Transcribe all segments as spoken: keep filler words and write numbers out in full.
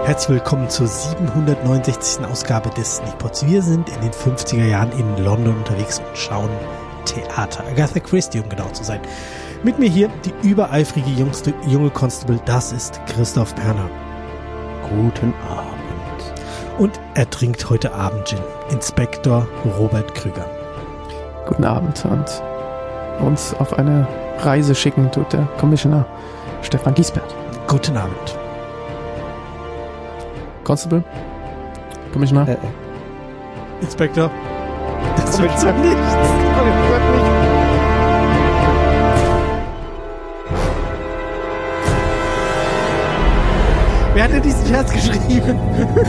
Herzlich willkommen zur siebenhundertneunundsechzigsten Ausgabe des Sneakpods. Wir sind in den fünfziger Jahren in London unterwegs und schauen Theater. Agatha Christie, um genau zu sein. Mit mir hier die übereifrige jüngste, junge Constable, das ist Christoph Perner. Guten Abend. Und er trinkt heute Abend Gin. Inspektor Robert Krüger. Guten Abend und uns auf eine Reise schicken tut der Commissioner Stefan Giesbert. Guten Abend. Constable? Commissioner? Äh, äh. Inspektor? Das wird so nichts. Oh, das wird nicht. Wer hat denn diesen Scherz geschrieben?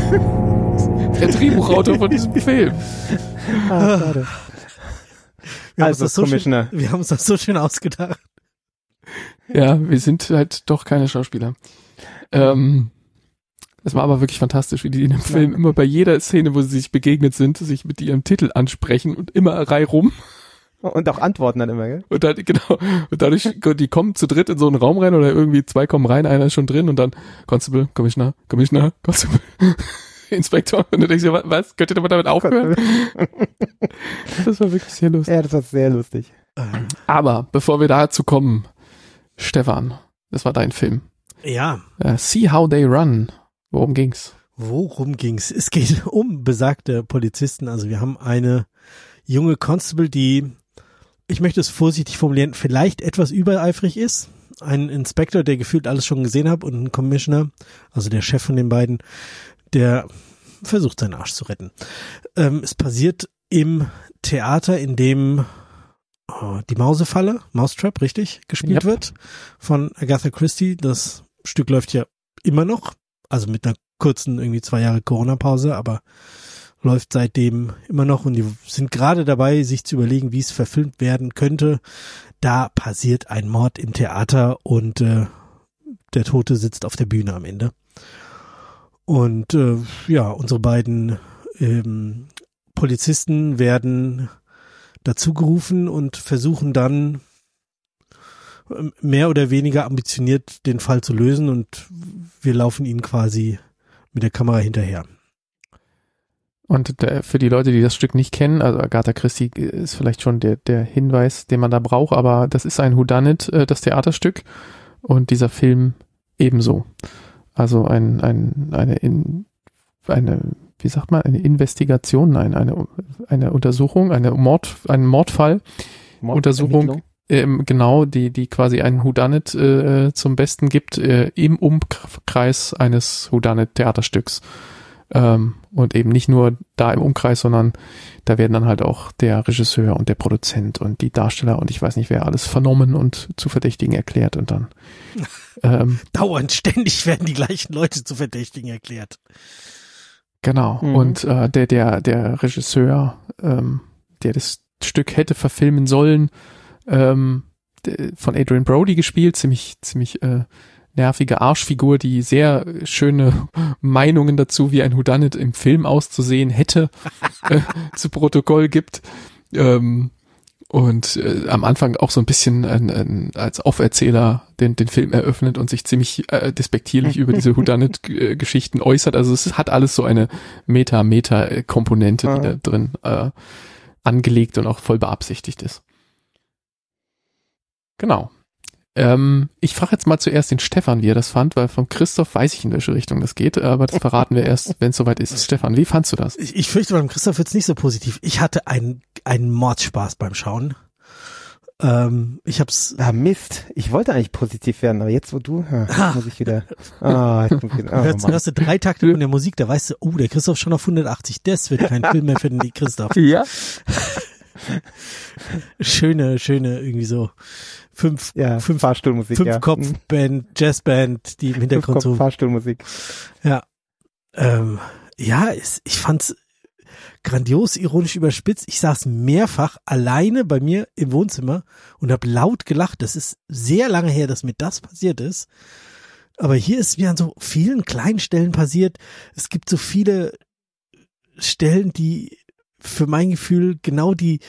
Der Drehbuchautor von diesem Film. Ah, schade. Wir Also, haben uns das so Commissioner. schön, wir haben uns das so schön ausgedacht. Ja, wir sind halt doch keine Schauspieler. Ähm, das war aber wirklich fantastisch, wie die in dem Film immer bei jeder Szene, wo sie sich begegnet sind, sich mit ihrem Titel ansprechen und immer reihum. Und auch antworten dann immer, gell? Und dann, genau, und dadurch, die kommen zu dritt in so einen Raum rein oder irgendwie zwei kommen rein, einer ist schon drin und dann Constable, Commissioner, Commissioner, Constable, Inspektor. Und du denkst dir, was, könnt ihr doch mal damit aufhören? Das war wirklich sehr lustig. Ja, das war sehr lustig. Aber bevor wir dazu kommen, Stefan, das war dein Film. Ja. Uh, See How They Run. Worum ging's? Worum ging's? Es geht um besagte Polizisten. Also wir haben eine junge Constable, die, ich möchte es vorsichtig formulieren, vielleicht etwas übereifrig ist. Ein Inspektor, der gefühlt alles schon gesehen hat, und ein Commissioner, also der Chef von den beiden, der versucht, seinen Arsch zu retten. Ähm, es passiert im Theater, in dem oh, die Mausefalle, Mousetrap, richtig, gespielt Yep. wird von Agatha Christie. Das Stück läuft ja immer noch, also mit einer kurzen, irgendwie zwei Jahre Corona-Pause, aber läuft seitdem immer noch, und die sind gerade dabei, sich zu überlegen, wie es verfilmt werden könnte. Da passiert ein Mord im Theater und äh, der Tote sitzt auf der Bühne am Ende. Und äh, ja, unsere beiden ähm, Polizisten werden dazu gerufen und versuchen dann äh, mehr oder weniger ambitioniert den Fall zu lösen, und wir laufen ihnen quasi mit der Kamera hinterher. Und der, für die Leute, die das Stück nicht kennen, also Agatha Christie ist vielleicht schon der, der Hinweis, den man da braucht, aber das ist ein Whodunit, äh, das Theaterstück, und dieser Film ebenso. Also ein, ein, eine, in, eine, wie sagt man, eine Investigation, nein, eine, eine Untersuchung, eine Mord, ein Mordfall, Mord- Untersuchung, ähm, genau, die, die quasi einen Whodunit äh, zum Besten gibt, äh, im Umkreis eines Whodunit-Theaterstücks. Ähm, und eben nicht nur da im Umkreis, sondern da werden dann halt auch der Regisseur und der Produzent und die Darsteller und ich weiß nicht wer alles vernommen und zu Verdächtigen erklärt, und dann ähm, Dauernd, ständig werden die gleichen Leute zu Verdächtigen erklärt. genau. Mhm. Und äh, der der der Regisseur, ähm, der das Stück hätte verfilmen sollen, ähm, der, von Adrian Brody gespielt, ziemlich ziemlich äh, nervige Arschfigur, die sehr schöne Meinungen dazu, wie ein Whodunit im Film auszusehen hätte, äh, zu Protokoll gibt. Ähm, und äh, am Anfang auch so ein bisschen ein, ein, als Auferzähler den, den Film eröffnet und sich ziemlich äh, despektierlich über diese Whodunit-Geschichten äußert. Also es hat alles so eine Meta-Meta-Komponente, die da drin äh, angelegt und auch voll beabsichtigt ist. Genau. Ähm, ich frage jetzt mal zuerst den Stefan, wie er das fand, weil von Christoph weiß ich, in welche Richtung das geht, aber das verraten wir erst, wenn es soweit ist. Stefan, wie fandst du das? Ich, ich fürchte, beim Christoph wird's nicht so positiv. Ich hatte einen, einen Mordspaß beim Schauen. Ähm, ich hab's... Ah, Mist. Ich wollte eigentlich positiv werden, aber jetzt, wo du, ah, muss ich wieder, ah, ich muss wieder, oh, hörst, Mann. hörst du drei Takte von der Musik, da weißt du, oh, der Christoph schon auf hundertachtzig, das wird kein Film mehr für den Christoph. Ja? Schöne, schöne, irgendwie so fünf, Ja, fünf, Fahrstuhlmusik, fünf ja. Kopf-Band, Jazzband, die im Hintergrund so... Fahrstuhlmusik. Ja, ähm, ja, es, ich fand's grandios, ironisch überspitzt. Ich saß mehrfach alleine bei mir im Wohnzimmer und habe laut gelacht. Das ist sehr lange her, dass mir das passiert ist. Aber hier ist mir an so vielen kleinen Stellen passiert. Es gibt so viele Stellen, die für mein Gefühl genau die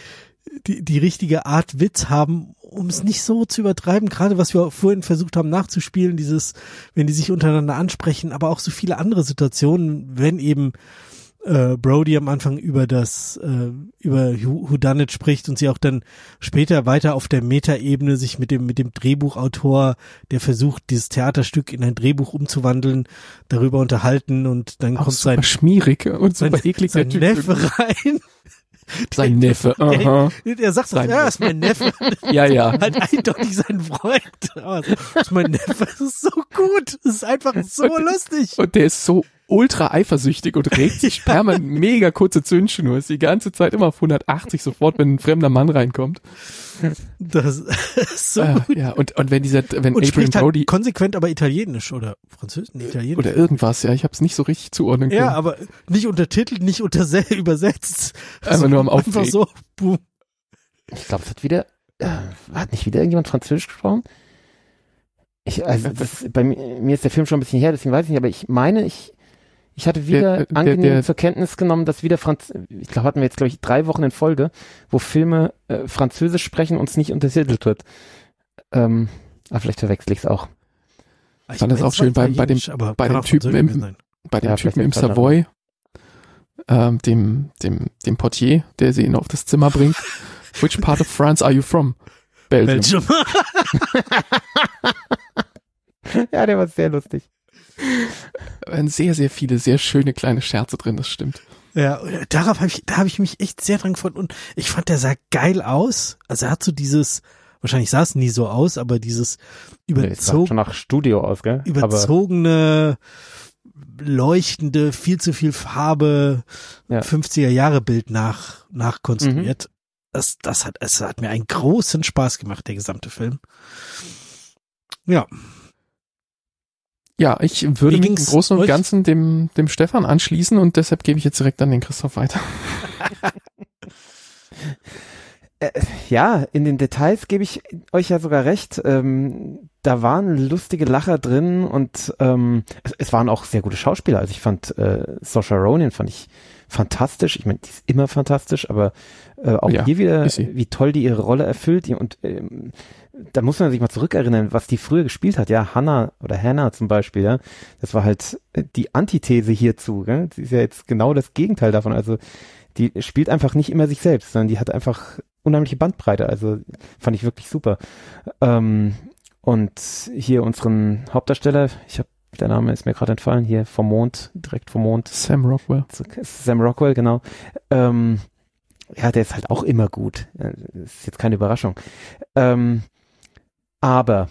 die, die richtige Art Witz haben, um es nicht so zu übertreiben. Gerade was wir vorhin versucht haben nachzuspielen, dieses, wenn die sich untereinander ansprechen, aber auch so viele andere Situationen, wenn eben äh, Brody am Anfang über das, äh, über Who- Whodunit spricht und sie auch dann später weiter auf der Metaebene sich mit dem, mit dem Drehbuchautor, der versucht, dieses Theaterstück in ein Drehbuch umzuwandeln, darüber unterhalten und dann auch kommt super sein, schmierig und super sein, eklig sein der Typ. Neffe rein. Sein Neffe, aha. Der, der sagt, Sein ja, ist mein Neffe. Ja, ja. Halt eindeutig sein Freund. Aber so, das ist mein Neffe, das ist so gut. Das ist einfach so Und- lustig. Und der ist so ultra eifersüchtig und regt sich permanent mega kurze Zündschnur. Ist die ganze Zeit immer auf hundertachtzig sofort, wenn ein fremder Mann reinkommt. Das ist so Äh, gut. ja, und, und wenn dieser, wenn Und Adrian spricht halt Brody konsequent aber Italienisch oder Französisch, nee, Italienisch. oder irgendwas, ja, ich habe es nicht so richtig zuordnen können. Ja, aber nicht untertitelt, nicht unterse- übersetzt. Einfach nur am Einfach Aufregen. so, boom. Ich glaube, es hat wieder, äh, hat nicht wieder irgendjemand Französisch gesprochen? Ich, also das, bei mir, mir ist der Film schon ein bisschen her, deswegen weiß ich nicht, aber ich meine, ich, ich hatte wieder Der- der- angenehm der- zur Kenntnis genommen, dass wieder Franz, ich glaube, hatten wir jetzt, glaube ich, drei Wochen in Folge, wo Filme äh, Französisch sprechen und es nicht untertitelt wird. Ähm, aber vielleicht verwechsel ich es auch. Ich fand das meine, auch schön es war bei- bei dem- Italienisch, aber bei kann dem auch Typen Französisch im- sein. Bei dem Ja, Typen vielleicht im ist er Savoy, ähm, dem, dem, dem Portier, der sie ihn auf das Zimmer bringt. Which part of France are you from? Belgium. Belgium. Ja, der war sehr lustig. Waren sehr, sehr viele, sehr schöne kleine Scherze drin, das stimmt. Ja, darauf habe ich, da habe ich mich echt sehr dran gefunden und ich fand, der sah geil aus. Also er hat so dieses, wahrscheinlich sah es nie so aus, aber dieses Es sah überzog, schon nach Studio aus, gell? Aber überzogene, leuchtende, viel zu viel Farbe, Ja. fünfziger Jahre Bild nach, nachkonstruiert. Das, das hat, es hat mir einen großen Spaß gemacht, der gesamte Film. Ja. Ja, ich würde Wie mich im ging's Großen und euch? Ganzen dem, dem Stefan anschließen und deshalb gebe ich jetzt direkt an den Christoph weiter. Äh, ja, in den Details gebe ich euch ja sogar recht. Ähm, da waren lustige Lacher drin und ähm, es, es waren auch sehr gute Schauspieler. Also ich fand äh, Saoirse Ronan fand ich fantastisch. Ich meine, die ist immer fantastisch, aber äh, auch Ja, hier wieder, ist sie. wie toll die ihre Rolle erfüllt. Und ähm, da muss man sich mal zurückerinnern, was die früher gespielt hat. Ja, Hannah oder Hannah zum Beispiel, ja, das war halt äh, die Antithese hierzu. Gell? Sie ist ja jetzt genau das Gegenteil davon. Also die spielt einfach nicht immer sich selbst, sondern die hat einfach unheimliche Bandbreite. Also fand ich wirklich super. Ähm, und hier unseren Hauptdarsteller, ich habe der Name ist mir gerade entfallen, hier vom Mond, direkt vom Mond, Sam Rockwell. Sam Rockwell, genau. Ähm, ja, der ist halt auch immer gut. Das ist jetzt keine Überraschung. Ähm, aber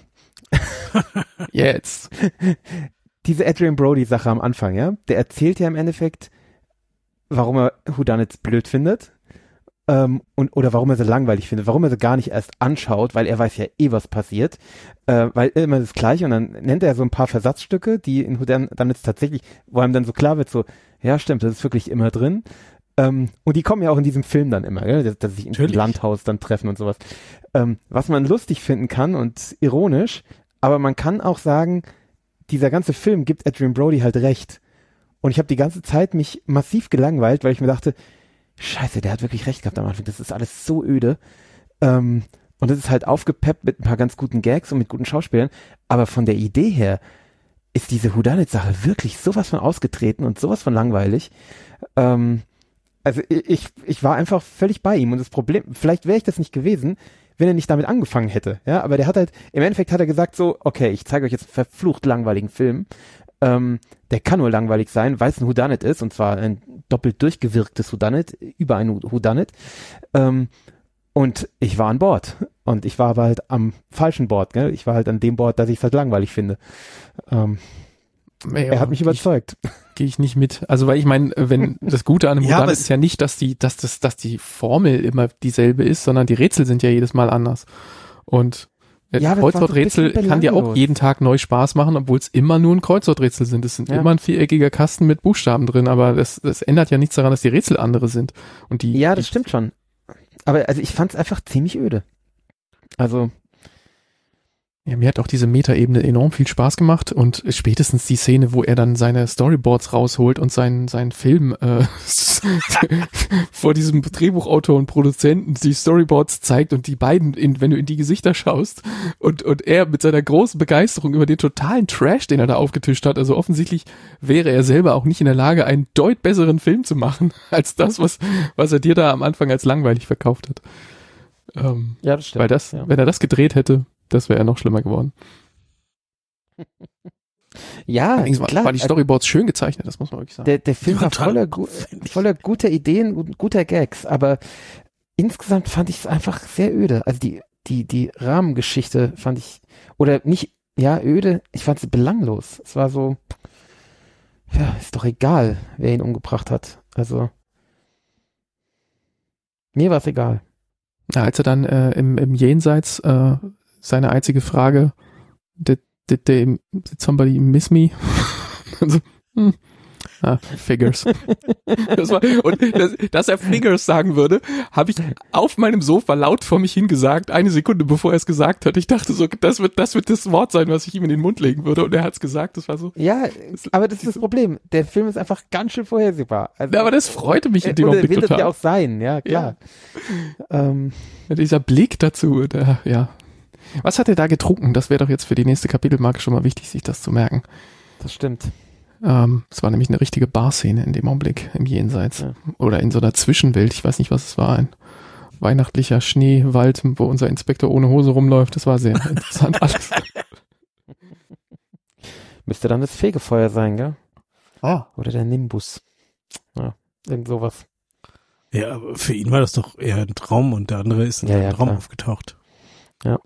Jetzt. diese Adrian Brody-Sache am Anfang, ja, der erzählt ja im Endeffekt, warum er Whodunits blöd findet ähm, und oder warum er sie langweilig findet, warum er sie gar nicht erst anschaut, weil er weiß ja eh, was passiert, äh, weil immer das Gleiche und dann nennt er so ein paar Versatzstücke, die in Whodunits tatsächlich, wo einem dann so klar wird, so, ja stimmt, das ist wirklich immer drin. Ähm, und die kommen ja auch in diesem Film dann immer, gell? dass, dass sie sich im Natürlich. Landhaus dann treffen und sowas. Ähm, was man lustig finden kann und ironisch, aber man kann auch sagen, dieser ganze Film gibt Adrian Brody halt recht. Und ich habe die ganze Zeit mich massiv gelangweilt, weil ich mir dachte, scheiße, der hat wirklich recht gehabt am Anfang, das ist alles so öde. Ähm, und das ist halt aufgepeppt mit ein paar ganz guten Gags und mit guten Schauspielern, aber von der Idee her ist diese Whodunit-Sache wirklich sowas von ausgetreten und sowas von langweilig. Ähm, also ich, ich war einfach völlig bei ihm und das Problem, vielleicht wäre ich das nicht gewesen, wenn er nicht damit angefangen hätte, ja, aber der hat halt, im Endeffekt hat er gesagt so, okay, ich zeige euch jetzt einen verflucht langweiligen Film, ähm, der kann nur langweilig sein, weil es ein Whodunit ist, und zwar ein doppelt durchgewirktes Whodunit, über ein Whodunit, ähm, und ich war an Bord, und ich war aber halt am falschen Bord, gell? Ich war halt an dem Bord, dass ich es halt langweilig finde. Ähm, Ja, er hat mich überzeugt. Gehe ich nicht mit. Also weil ich meine, wenn das Gute an einem Ja, aber Whodunit ist ja nicht, dass die, dass das, dass die Formel immer dieselbe ist, sondern die Rätsel sind ja jedes Mal anders. Und Ja, ja, aber es war so ein Kreuzworträtsel bisschen kann dir auch belanglos. jeden Tag neu Spaß machen, obwohl es immer nur ein Kreuzworträtsel sind. Es sind Ja. immer ein viereckiger Kasten mit Buchstaben drin, aber das, das ändert ja nichts daran, dass die Rätsel andere sind. Und die, Ja, das die, stimmt schon. Aber also ich fand es einfach ziemlich öde. Also Ja, mir hat auch diese Meta-Ebene enorm viel Spaß gemacht und spätestens die Szene, wo er dann seine Storyboards rausholt und seinen, seinen Film äh, vor diesem Drehbuchautor und Produzenten die Storyboards zeigt und die beiden, in, wenn du in die Gesichter schaust und, und er mit seiner großen Begeisterung über den totalen Trash, den er da aufgetischt hat, also offensichtlich wäre er selber auch nicht in der Lage, einen deut besseren Film zu machen, als das, was, was er dir da am Anfang als langweilig verkauft hat. Ähm, ja, das stimmt. Weil das, ja. wenn er das gedreht hätte, das wäre ja noch schlimmer geworden. Ja, Allerdings klar. war die Storyboards schön gezeichnet, das muss man wirklich sagen. Der, der Film war Total voller, gu voller guter Ideen und guter Gags, aber insgesamt fand ich es einfach sehr öde. Also die, die, die Rahmengeschichte fand ich, oder nicht, ja, öde, ich fand sie belanglos. Es war so, ja, ist doch egal, wer ihn umgebracht hat. Also, mir war es egal. Ja, als er dann äh, im, im Jenseits äh, seine einzige Frage, did, did, they, did somebody miss me? Also, hm. Ah, Figures. Das war, und das, dass er Figures sagen würde, habe ich auf meinem Sofa laut vor mich hingesagt, eine Sekunde bevor er es gesagt hat. Ich dachte so, das wird, das wird das Wort sein, was ich ihm in den Mund legen würde. Und er hat es gesagt, das war so. Ja, aber das ist das Problem. Der Film ist einfach ganz schön vorhersehbar. Also, ja, aber das freute mich in dem Augenblick Augenblick will total. das ja auch sein, ja, klar. Ja. Ähm, ja, dieser Blick dazu, der, ja. Was hat er da getrunken? Das wäre doch jetzt für die nächste Kapitelmarke schon mal wichtig, sich das zu merken. Das stimmt. Ähm, es war nämlich eine richtige Barszene in dem Augenblick im Jenseits. Ja. Oder in so einer Zwischenwelt, ich weiß nicht, was es war, ein weihnachtlicher Schneewald, wo unser Inspektor ohne Hose rumläuft. Das war sehr interessant alles. Müsste dann das Fegefeuer sein, gell? Ah. Oder der Nimbus. Ja, irgend sowas. Ja, aber für ihn war das doch eher ein Traum und der andere ist in Ja, einem ja, Traum klar. aufgetaucht. Ja.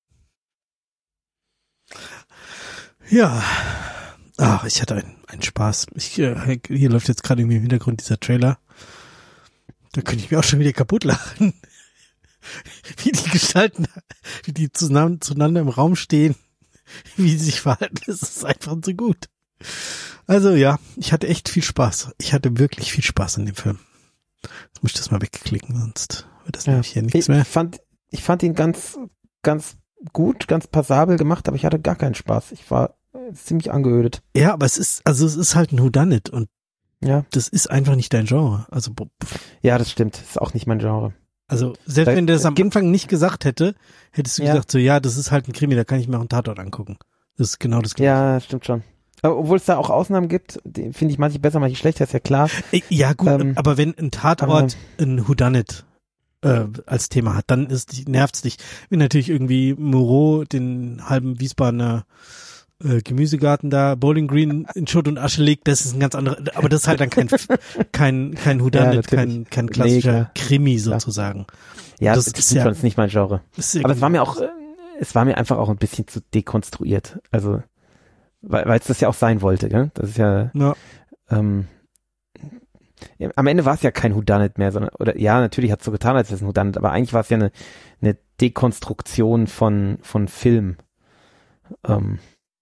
Ja. Ach, ich hatte einen, einen Spaß. Ich, äh, hier läuft jetzt gerade irgendwie im Hintergrund dieser Trailer. Da könnte ich mir auch schon wieder kaputt lachen. Wie die Gestalten, wie die zusammen, zueinander im Raum stehen, wie sie sich verhalten, das ist einfach so gut. Also ja, ich hatte echt viel Spaß. Ich hatte wirklich viel Spaß in dem Film. Jetzt muss ich das mal wegklicken, sonst wird das Ja. nämlich hier nichts Ich mehr. fand, ich fand ihn ganz, ganz gut, ganz passabel gemacht, aber ich hatte gar keinen Spaß. Ich war äh, ziemlich angeödet. Ja, aber es ist, also es ist halt ein Whodunit und Ja. das ist einfach nicht dein Genre. Also, bo- Ja, das stimmt. Das ist auch nicht mein Genre. also selbst Da- wenn der das es am gibt- Anfang nicht gesagt hätte, hättest du Ja. gesagt so, ja, das ist halt ein Krimi, da kann ich mir auch einen Tatort angucken. Das ist genau das Gleiche. Ja, stimmt schon. Aber obwohl es da auch Ausnahmen gibt, die finde ich manche besser, manche schlechter, ist ja klar. Äh, Ja gut, Ähm, aber wenn ein Tatort ein Whodunit äh, als Thema hat, dann ist nervt's dich. Wenn natürlich irgendwie Moreau den halben Wiesbadener äh, Gemüsegarten da, Bowling Green in Schutt und Asche legt, das ist ein ganz anderer, aber das ist halt dann kein kein kein Ja, Whodunit, natürlich. kein kein Nee, klassischer klar. Krimi Klar. sozusagen. Ja, Das das, ist stimmt ja- schon, ist nicht mein Genre. Das ist ja Aber es war mir auch, äh, es war mir einfach auch ein bisschen zu dekonstruiert. Also, weil weil es das ja auch sein wollte, gell? Das ist ja, ja, ähm, ja, am Ende war es ja kein Whodunit mehr, sondern, oder ja, natürlich hat es so getan, als wäre es ein Whodunit, aber eigentlich war es ja eine, eine Dekonstruktion von, von Film. Ähm,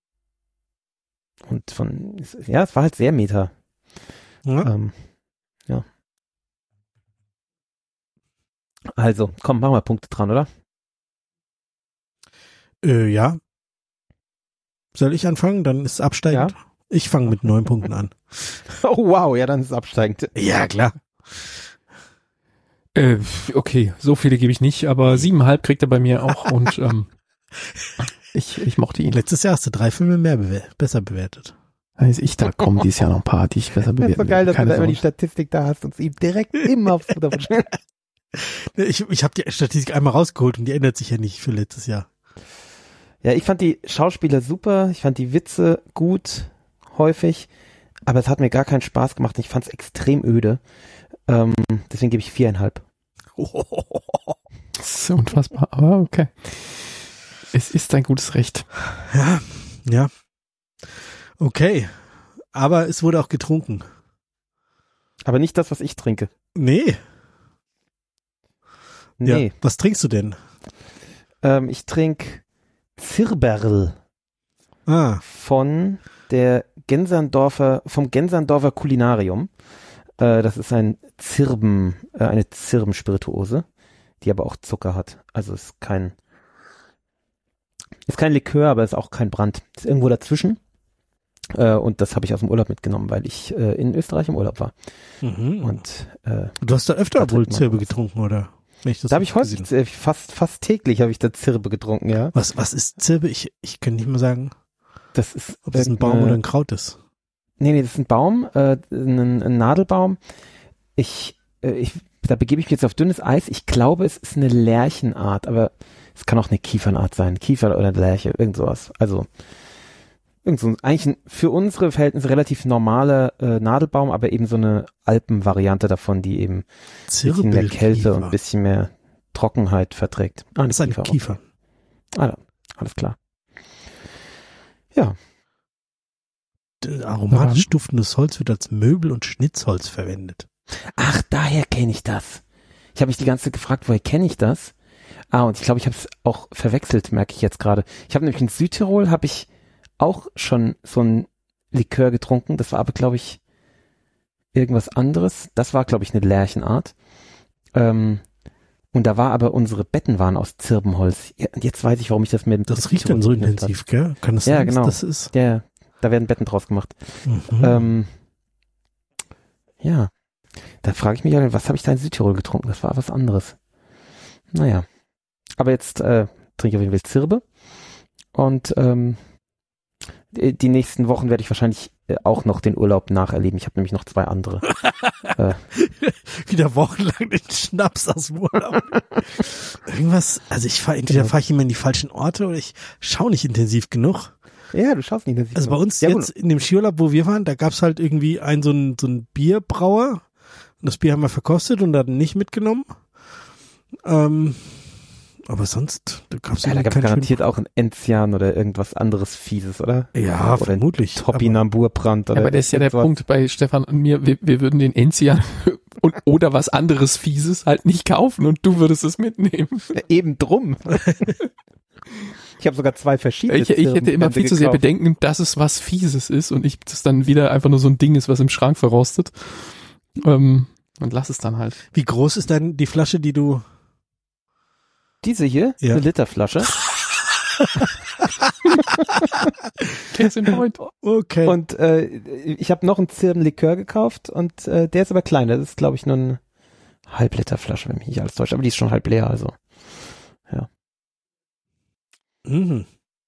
und von, es- ja, es war halt sehr meta. ja. Ähm, ja. Also, komm, machen wir Punkte dran, oder? Äh, ja. Soll ich anfangen? Dann ist es absteigend. Ja. Ich fange mit neun Punkten an. Oh, wow, ja, dann ist es absteigend. Ja, klar. Äh, okay, so viele gebe ich nicht, aber siebeneinhalb kriegt er bei mir auch und ähm, ich, ich mochte ihn. Letztes Jahr hast du drei Filme mehr bewer besser bewertet. Also ich, da kommen dieses Jahr noch ein paar, die ich besser Das ist bewerten so geil, dass du Keine da immer die Sorge. Statistik da hast und sie ihm direkt immer aufs Futter verschwindet. Ich, ich habe die Statistik einmal rausgeholt und die ändert sich ja nicht für letztes Jahr. Ja, ich fand die Schauspieler super, ich fand die Witze gut, häufig, aber es hat mir gar keinen Spaß gemacht und ich fand es extrem öde. Ähm, deswegen gebe ich viereinhalb. Das ist unfassbar, aber okay. Es ist ein gutes Recht. Ja, ja. Okay. Aber es wurde auch getrunken. Aber nicht das, was ich trinke. Nee. Nee. Ja. Was trinkst du denn? Ähm, ich trinke Zirberl Ah, von der Genserndorfer, vom Genserndorfer Kulinarium. Äh, das ist ein Zirben, äh, eine Zirbenspirituose, die aber auch Zucker hat. Also ist kein Ist kein Likör, aber ist auch kein Brand. Ist irgendwo dazwischen. Äh, und das habe ich aus dem Urlaub mitgenommen, weil ich äh, in Österreich im Urlaub war. Mhm. Und äh, du hast da öfter da wohl trinkt man Zirbe was. getrunken, oder? Wenn ich das da habe ich richtig häufig, gesehen äh, fast fast täglich habe ich da Zirbe getrunken, ja. habe. Was, was ist Zirbe? Ich, ich kann nicht mal sagen, Das ist ob das ein Baum irgendeine- oder ein Kraut ist. Nee, nee, das ist ein Baum, äh, ein, ein Nadelbaum. Ich, äh, ich, da begebe ich mich jetzt auf dünnes Eis. Ich glaube, es ist eine Lärchenart, aber es kann auch eine Kiefernart sein. Kiefer oder Lärche, irgend sowas. Also, irgend so ein, eigentlich ein, für unsere Verhältnisse relativ normaler äh, Nadelbaum, aber eben so eine Alpenvariante davon, die eben ein bisschen mehr Kälte und ein bisschen mehr Trockenheit verträgt. Ah, Das ist ein Kiefer. Kiefer. Ah, da, alles klar. Ja. D- Aromatisch duftendes Holz wird als Möbel- und Schnitzholz verwendet. Ach, daher kenne ich das. Ich habe mich die ganze Zeit gefragt, woher kenne ich das? Ah, und ich glaube, ich habe es auch verwechselt, merke ich jetzt gerade. Ich habe nämlich in Südtirol, habe ich auch schon so ein Likör getrunken. Das war aber, glaube ich, irgendwas anderes. Das war, glaube ich, eine Lärchenart. Ähm, und da war aber, unsere Betten waren aus Zirbenholz. Ja, und jetzt weiß ich, warum ich das mit Das riecht dann so intensiv, gell? Kann das Ja, sein, dass genau. das ist? Ja, da werden Betten draus gemacht. Mhm. Ähm, ja, da frage ich mich, ja, was habe ich da in Südtirol getrunken? Das war was anderes. Naja, aber jetzt äh, trinke ich auf jeden Fall Zirbe und ähm, die, die nächsten Wochen werde ich wahrscheinlich äh, auch noch den Urlaub nacherleben. Ich habe nämlich noch zwei andere. äh, Wieder wochenlang den Schnaps aus dem Urlaub. Irgendwas, also ich fahre, entweder Genau. fahre ich immer in die falschen Orte oder ich schaue nicht intensiv genug. ja, du schaust nicht. dass ich Also bei noch- uns ja, jetzt in dem Skiurlaub, wo wir waren, da gab's halt irgendwie einen so ein so ein Bierbrauer und das Bier haben wir verkostet und dann nicht mitgenommen. Ähm, aber sonst, da gab's Ja, da irgendwie gab es keinen garantiert auch ein Enzian oder irgendwas anderes Fieses, oder? schönen- Ja, oder vermutlich. Topinamburbrand oder Ja, aber das ist ja der irgendwas. Punkt bei Stefan und mir, wir, wir würden den Enzian und oder was anderes Fieses halt nicht kaufen und du würdest es mitnehmen. Ja, eben drum. Ich habe sogar zwei verschiedene. Ich, ich hätte immer Zirbenbrände viel zu sehr gekauft. Bedenken, dass es was Fieses ist und ich das dann wieder einfach nur so ein Ding ist, was im Schrank verrostet. Ähm, und lass es dann halt. Wie groß ist denn die Flasche, die du... Diese hier, Ja. eine Literflasche. Case in point. Okay. Und äh, ich habe noch einen Zirbenlikör gekauft und äh, der ist aber kleiner. Das ist, glaube ich, nur eine Halbliterflasche, wenn mich nicht alles täuscht. Aber die ist schon halb leer, also. Mhm.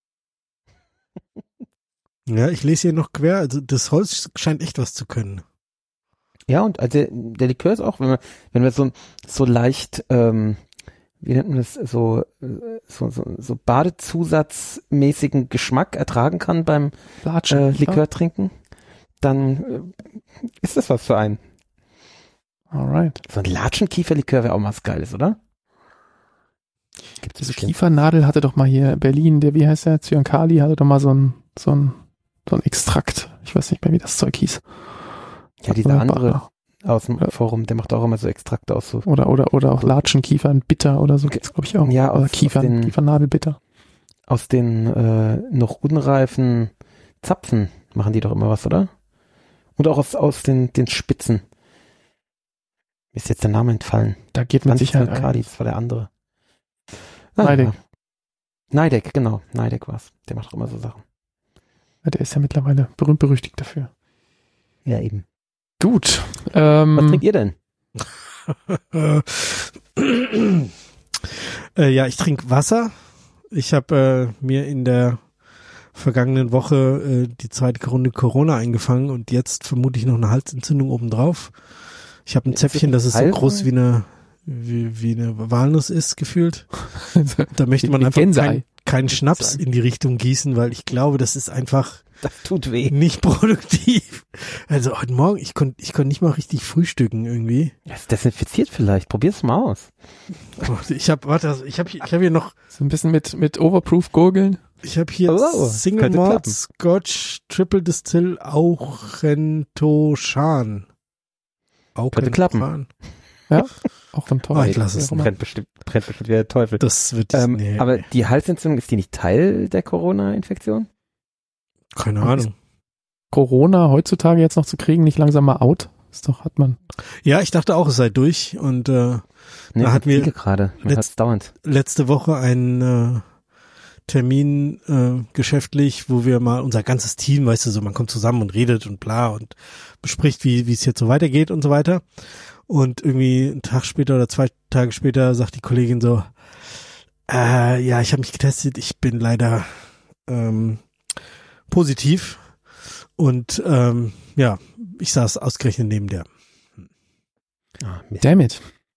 Ja, ich lese hier noch quer, also das Holz scheint echt was zu können. Ja, und also der, der Likör ist auch, wenn man, wenn man so, so leicht, ähm, wie nennt man das, so, äh, so, so, so Badezusatzmäßigen Geschmack ertragen kann beim Latschen. äh, Likör trinken, dann äh, ist das was für einen. Alright. So ein Latschenkieferlikör wäre auch mal was Geiles, oder? Gibt's Diese bestimmt. Kiefernadel hatte doch mal hier in Berlin, der, wie heißt der, Zyankali, hatte doch mal so ein, so ein, so ein Extrakt. Ich weiß nicht mehr, wie das Zeug hieß. Ja, dieser andere Ja. aus dem Ja. Forum, der macht auch immer so Extrakte aus so. Oder, oder, oder auch Latschenkiefern, bitter oder so gibt's, glaube ich, auch. Ja, oder aus- Kiefern, aus den- Kiefernadelbitter. Aus den äh, noch unreifen Zapfen machen die doch immer was, oder? Und auch aus, aus den, den Spitzen. Mir ist jetzt der Name entfallen. Da geht mit Sicherheit ein. Kadi, das war der andere. Neideck. Ja. Neideck, genau. Neideck war's. Der macht auch immer so Sachen. Ja, der ist ja mittlerweile berühmt berüchtigt dafür. Ja, eben. Gut. Ähm, Was trinkt ihr denn? äh, ja, ich trinke Wasser. Ich habe äh, mir in der vergangenen Woche äh, die zweite Runde Corona eingefangen und jetzt vermute ich noch eine Halsentzündung obendrauf. Ich habe ein Ist Zäpfchen, das das ist so Heilbronn? groß wie eine wie, wie eine Walnuss ist, gefühlt. Da möchte man Wie einfach Gänseei. keinen kein Schnaps in die Richtung gießen, weil ich glaube, das ist einfach Das tut weh. nicht produktiv. Also heute Morgen, ich konnte ich konnte nicht mal richtig frühstücken irgendwie. Das ist desinfiziert vielleicht. Probier's mal aus. Ich habe warte, also ich habe ich habe hier noch so ein bisschen mit, mit Overproof gurgeln. ich habe hier Oh, Single könnte Malt klappen. Scotch Triple Distill Auchentoshan. Könnte klappen. Auchentoshan. Auch von Oh, ich lass es Wie auch immer. Brennt bestimmt, brennt bestimmt wie der Teufel. Das wird Ähm, nee, aber die Halsentzündung, ist die nicht Teil der Corona-Infektion? keine Ahnung. Corona heutzutage jetzt noch zu kriegen, nicht langsam mal out? Ist doch, hat man. Ja, ich dachte auch, es sei durch und äh, Ne, Da hatten wir gerade. Man letzt- hat's dauernd. letzte Woche einen äh, Termin äh, geschäftlich, wo wir mal unser ganzes Team, weißt du, so man kommt zusammen und redet und bla und bespricht, wie wie es jetzt so weitergeht und so weiter. Und irgendwie einen Tag später oder zwei Tage später sagt die Kollegin so, äh, ja, ich habe mich getestet, ich bin leider ähm, positiv und ähm, ja, ich saß ausgerechnet neben der. Ah, Damn it.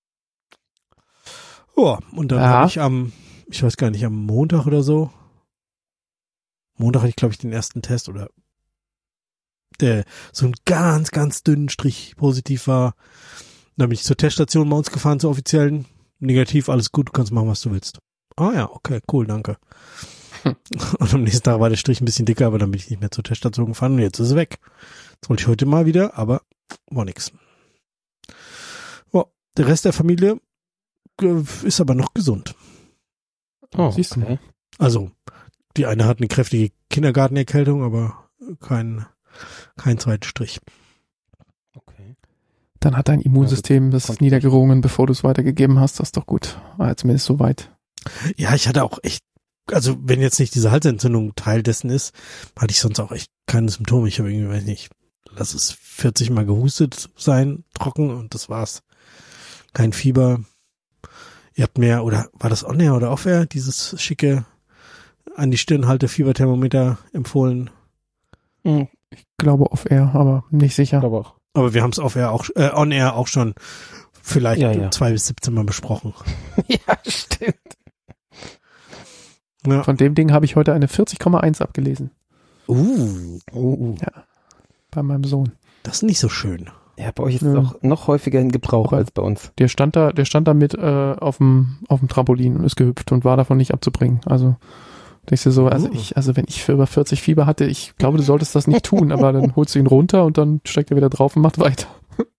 Ja, und dann Ja. habe ich am, ich weiß gar nicht, am Montag oder so, Montag hatte ich, glaube ich, den ersten Test oder der so einen ganz, ganz dünnen Strich positiv war. Dann bin ich zur Teststation bei uns gefahren, zur offiziellen. Negativ, alles gut, du kannst machen, was du willst. Ah ja, okay, cool, danke. Hm. Und am nächsten Tag war der Strich ein bisschen dicker, aber dann bin ich nicht mehr zur Teststation gefahren und jetzt ist es weg. Jetzt wollte ich heute mal wieder, aber war nix. Ja, der Rest der Familie äh, ist aber noch gesund. Oh, Siehst du. okay. Also, die eine hat eine kräftige Kindergartenerkältung, aber kein, kein zweiten Strich. Okay. Dann hat dein Immunsystem das kommt- niedergerungen, bevor du es weitergegeben hast. Das ist doch gut. Ah, zumindest soweit. Ja, ich hatte auch echt, also wenn jetzt nicht diese Halsentzündung Teil dessen ist, hatte ich sonst auch echt keine Symptome. Ich habe irgendwie, weiß nicht, lass es vierzig Mal gehustet sein, trocken und das war's. Kein Fieber. Ihr habt mir, oder war das On-Air oder Off-Air, dieses schicke an die Stirn halte Fieberthermometer empfohlen? Mhm. Ich glaube auf Air, aber nicht sicher. Ich glaube auch. Aber wir haben es Off-Air auch, äh, On-Air auch schon vielleicht Ja, ja. zwei bis siebzehn Mal besprochen. Ja, stimmt. Ja. Von dem Ding habe ich heute eine vierzig Komma eins abgelesen. Uh, Uh, uh. Bei meinem Sohn. das ist nicht so schön. Ja, bei euch ist Ja. es auch noch häufiger in Gebrauch Aber- als bei uns. Der stand da, der stand da mit äh, auf dem auf dem Trampolin und ist gehüpft und war davon nicht abzubringen. Also denkst du so, also Oh. ich, also wenn ich für über vierzig Fieber hatte, ich glaube, du solltest das nicht tun, aber dann holst du ihn runter und dann steigt er wieder drauf und macht weiter.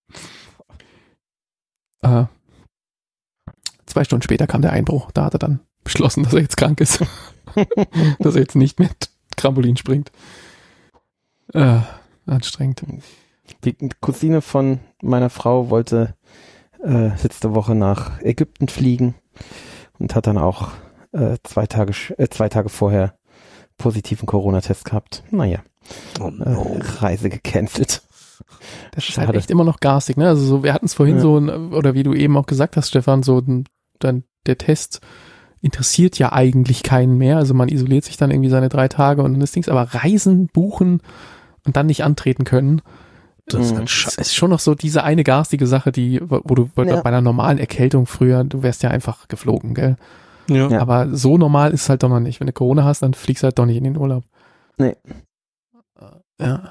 äh, zwei Stunden später kam der Einbruch. Da hat er dann beschlossen, dass er jetzt krank ist, dass er jetzt nicht mehr t- Trampolin springt. Äh, anstrengend. Die Cousine von meiner Frau wollte äh, letzte Woche nach Ägypten fliegen und hat dann auch äh, zwei Tage sch- äh, zwei Tage vorher positiven Corona-Test gehabt. Naja, Oh äh, no. Reise gecancelt. Das ist Schade. halt echt immer noch garstig, ne? Also so, wir hatten es vorhin Ja. so, ein- oder wie du eben auch gesagt hast, Stefan, so ein- dann der Test interessiert ja eigentlich keinen mehr. Also man isoliert sich dann irgendwie seine drei Tage und dann ist Dings, aber Reisen, buchen und dann nicht antreten können, Das ist Mhm. halt das scheiße. ist schon noch so diese eine garstige Sache, die, wo du bei, Ja. bei einer normalen Erkältung früher, du wärst ja einfach geflogen, gell? Ja. Ja. Aber so normal ist es halt doch noch nicht. Wenn du Corona hast, dann fliegst du halt doch nicht in den Urlaub. Nee. Ja.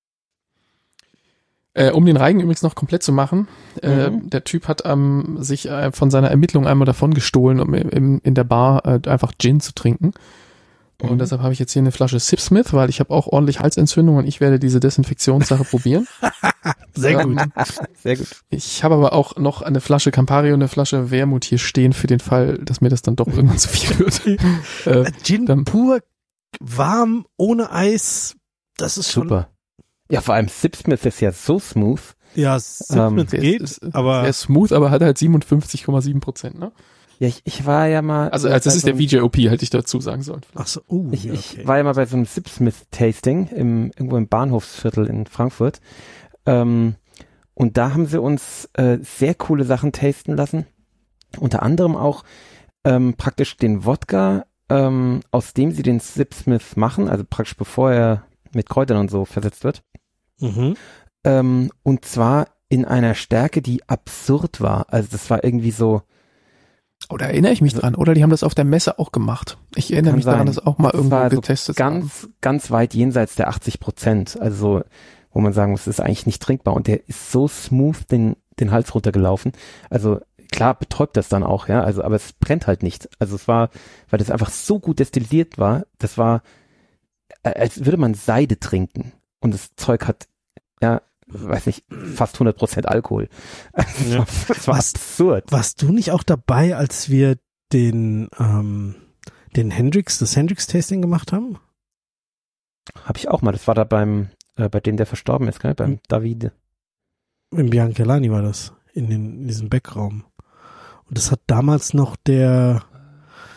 Äh, um den Reigen übrigens noch komplett zu machen, äh, Mhm. der Typ hat ähm, sich äh, von seiner Ermittlung einmal davon gestohlen, um im, in der Bar äh, einfach Gin zu trinken. Und Mhm. deshalb habe ich jetzt hier eine Flasche Sipsmith, weil ich habe auch ordentlich Halsentzündung und ich werde diese Desinfektionssache probieren. Sehr Ähm, gut. Sehr gut. Ich habe aber auch noch eine Flasche Campari und eine Flasche Wermut hier stehen für den Fall, dass mir das dann doch irgendwann zu viel wird. äh, Gin dann- pur, warm, ohne Eis, das ist schon, Super. Ja, vor allem Sipsmith ist ja so smooth. ja, Sipsmith der geht, ist, ist aber sehr smooth, aber hat halt siebenundfünfzig Komma sieben Prozent, ne? Ja, ich, ich war ja mal. Also, also das ist der bei so V J O P, hätte ich dazu sagen sollen. ach so, uh, einem- Ich, ja, ich okay. war ja mal bei so einem Sipsmith-Tasting im, irgendwo im Bahnhofsviertel in Frankfurt. Ähm, und da haben sie uns äh, sehr coole Sachen tasten lassen. Unter anderem auch ähm, praktisch den Wodka, ähm, aus dem sie den Sipsmith machen, also praktisch bevor er mit Kräutern und so versetzt wird. Mhm. Ähm, und zwar in einer Stärke, die absurd war. Also das war irgendwie so, Oder erinnere ich mich dran? Oder die haben das auf der Messe auch gemacht. Ich erinnere Kann mich daran, sein. das auch mal Das irgendwo war so getestet zu haben. ganz, ganz weit jenseits der achtzig Prozent. Also so, wo man sagen muss, das ist eigentlich nicht trinkbar. Und der ist so smooth den, den Hals runtergelaufen. Also klar betäubt das dann auch, ja. Also, aber es brennt halt nicht. Also es war, weil das einfach so gut destilliert war, das war, äh, als würde man Seide trinken. Und das Zeug hat, ja, weiß nicht, fast hundert Prozent Alkohol. Also das Ja. war, das war Was- absurd. Warst du nicht auch dabei, als wir den, ähm, den Hendrix, das Hendrix-Tasting gemacht haben? Habe ich auch mal. Das war da beim, äh, bei dem, der verstorben ist, gell? Beim Hm. Davide. Im Biancalani war das, in, den, in diesem Backraum. Und das hat damals noch der,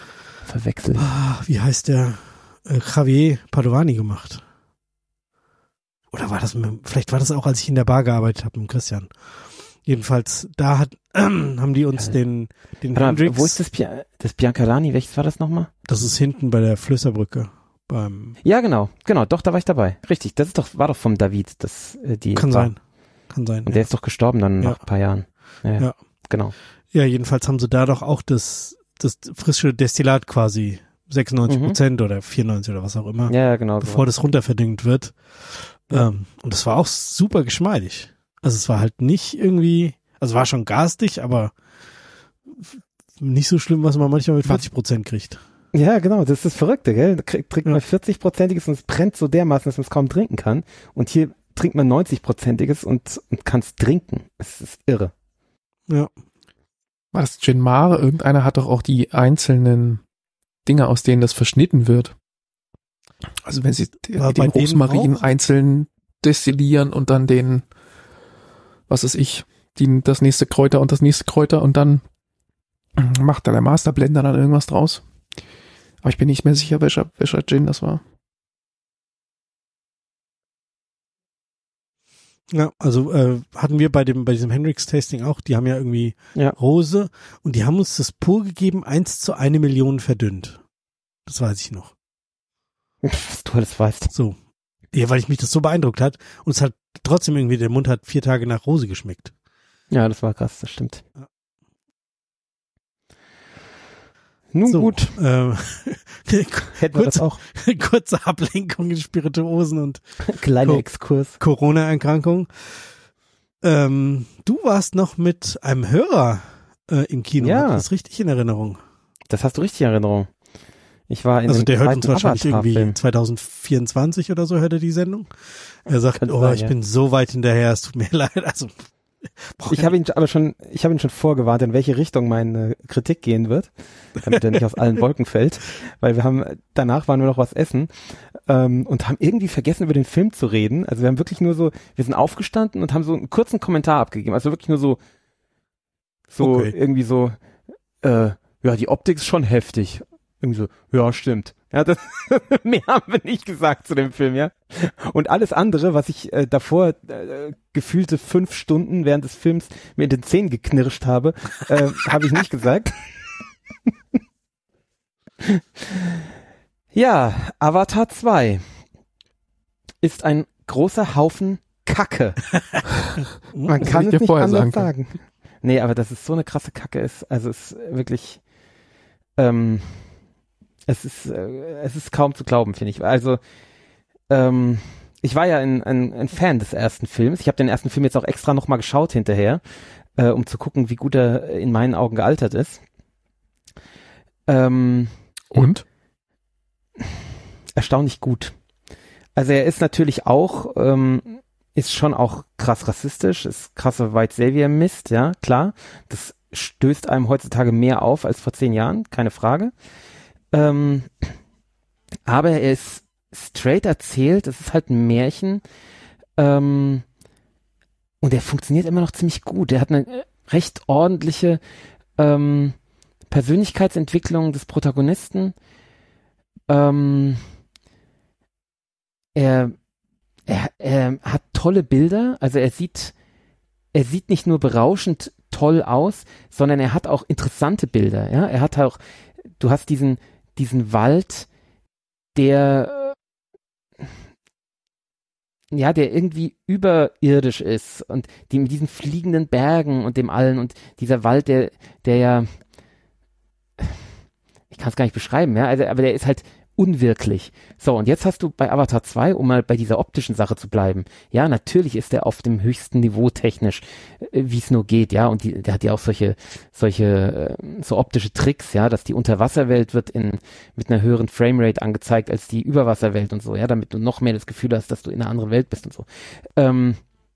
verwechsel. Ah, wie heißt der? Äh, Javier Padovani gemacht. Oder war das, mit, vielleicht war das auch, als ich in der Bar gearbeitet habe mit Christian. Jedenfalls, da hat, äh, haben die uns Ja. den, den Warte mal, Hendrix. wo ist das, Bia- das Biancalani? Welches war das nochmal? Das ist hinten bei der Flößerbrücke. Beim, Ja, genau, genau, doch, da war ich dabei. Richtig, das ist doch, war doch vom David, das, äh, die kann war. sein. Kann sein. Und ja. der ist doch gestorben dann Ja. nach ein paar Jahren. Ja, Ja. genau. Ja, jedenfalls haben sie da doch auch das, das frische Destillat quasi sechsundneunzig Prozent oder vierundneunzig oder was auch immer, Ja, ja, genau. bevor das runterverdüngt wird. Ja. Ähm, und das war auch super geschmeidig. Also es war halt nicht irgendwie, also war schon garstig, aber nicht so schlimm, was man manchmal mit vierzig Prozent kriegt. Ja, genau, das ist das Verrückte, gell? Da krieg- trinkt Ja. man vierzig-prozentiges und es brennt so dermaßen, dass man es kaum trinken kann. Und hier trinkt man neunzig-prozentiges und, und kann es trinken. Es ist irre. Ja. War das Gin Mare? Irgendeiner hat doch auch die einzelnen Dinge, aus denen das verschnitten wird. Also wenn sie War bei den denen Rosmarin auch? einzeln destillieren und dann den, was weiß ich, die, das nächste Kräuter und das nächste Kräuter und dann macht da der Masterblender dann irgendwas draus. Aber ich bin nicht mehr sicher, welcher, welcher Gin das war. Ja, also äh, hatten wir bei dem bei diesem Hendrix-Tasting auch, die haben ja irgendwie Ja. Rose und die haben uns das pur gegeben, eins zu eine Million verdünnt. Das weiß ich noch. Was du alles weißt. So. Ja, weil ich mich das so beeindruckt hat und es hat trotzdem irgendwie, der Mund hat vier Tage nach Rose geschmeckt. Ja, das war krass, das stimmt. Ja. Nun So, gut, Äh, hätten wir das kurze, auch. kurze Ablenkung in Spirituosen und Kleiner Co- Exkurs. Corona-Erkrankung. Ähm, du warst noch mit einem Hörer äh, im Kino. Ja. Hab ich das richtig in Erinnerung? Das hast du richtig in Erinnerung. Ich war in Also dem der hört uns zweiten wahrscheinlich irgendwie Avatar-Film. zwanzig vierundzwanzig oder so hört er die Sendung. Er sagt, Könnte oh, sein, ich ja. bin so weit hinterher, es tut mir leid. Also brauch Ich habe ihn aber schon, ich habe ihn schon vorgewarnt, in welche Richtung meine Kritik gehen wird, damit er nicht aus allen Wolken fällt, weil wir haben, danach waren wir noch was essen ähm, und haben irgendwie vergessen, über den Film zu reden. Also wir haben wirklich nur so, wir sind aufgestanden und haben so einen kurzen Kommentar abgegeben. Also wirklich nur so, so Okay. irgendwie so, äh, ja, die Optik ist schon heftig. Irgendwie so, ja, stimmt. Ja, das, mehr haben wir nicht gesagt zu dem Film, ja. Und alles andere, was ich äh, davor äh, gefühlte fünf Stunden während des Films mir in den Zähnen geknirscht habe, äh, habe ich nicht gesagt. Ja, Avatar zwei ist ein großer Haufen Kacke. Man Das kann hätte es ich dir nicht vorher anders sagen sagen. können. Nee, aber dass es so eine krasse Kacke ist, also es ist wirklich, ähm, es ist, äh, es ist kaum zu glauben, finde ich. Also, ähm, ich war ja ein, ein, ein Fan des ersten Films. Ich habe den ersten Film jetzt auch extra nochmal geschaut hinterher, äh, um zu gucken, wie gut er in meinen Augen gealtert ist. Ähm, Und? erstaunlich gut. Also er ist natürlich auch, ähm, ist schon auch krass rassistisch, ist krasser White Savior Mist, ja, klar. Das stößt einem heutzutage mehr auf als vor zehn Jahren, keine Frage. Ähm, aber er ist straight erzählt, es ist halt ein Märchen, ähm, und er funktioniert immer noch ziemlich gut. Er hat eine recht ordentliche ähm, Persönlichkeitsentwicklung des Protagonisten. Ähm, er, er, er hat tolle Bilder, also er sieht, er sieht nicht nur berauschend toll aus, sondern er hat auch interessante Bilder, ja, er hat auch, du hast diesen, diesen Wald, der, ja, der irgendwie überirdisch ist und die mit diesen fliegenden Bergen und dem allen und dieser Wald, der, der ja, ich kann es gar nicht beschreiben, ja, also, aber der ist halt unwirklich. So, und jetzt hast du bei Avatar zwei, um mal bei dieser optischen Sache zu bleiben, ja, natürlich ist der auf dem höchsten Niveau technisch, äh, wie es nur geht, ja, und die, der hat ja auch solche, solche, äh, so optische Tricks, ja, dass die Unterwasserwelt wird in, mit einer höheren Framerate angezeigt als die Überwasserwelt und so, ja, damit du noch mehr das Gefühl hast, dass du in einer anderen Welt bist und so. Ähm,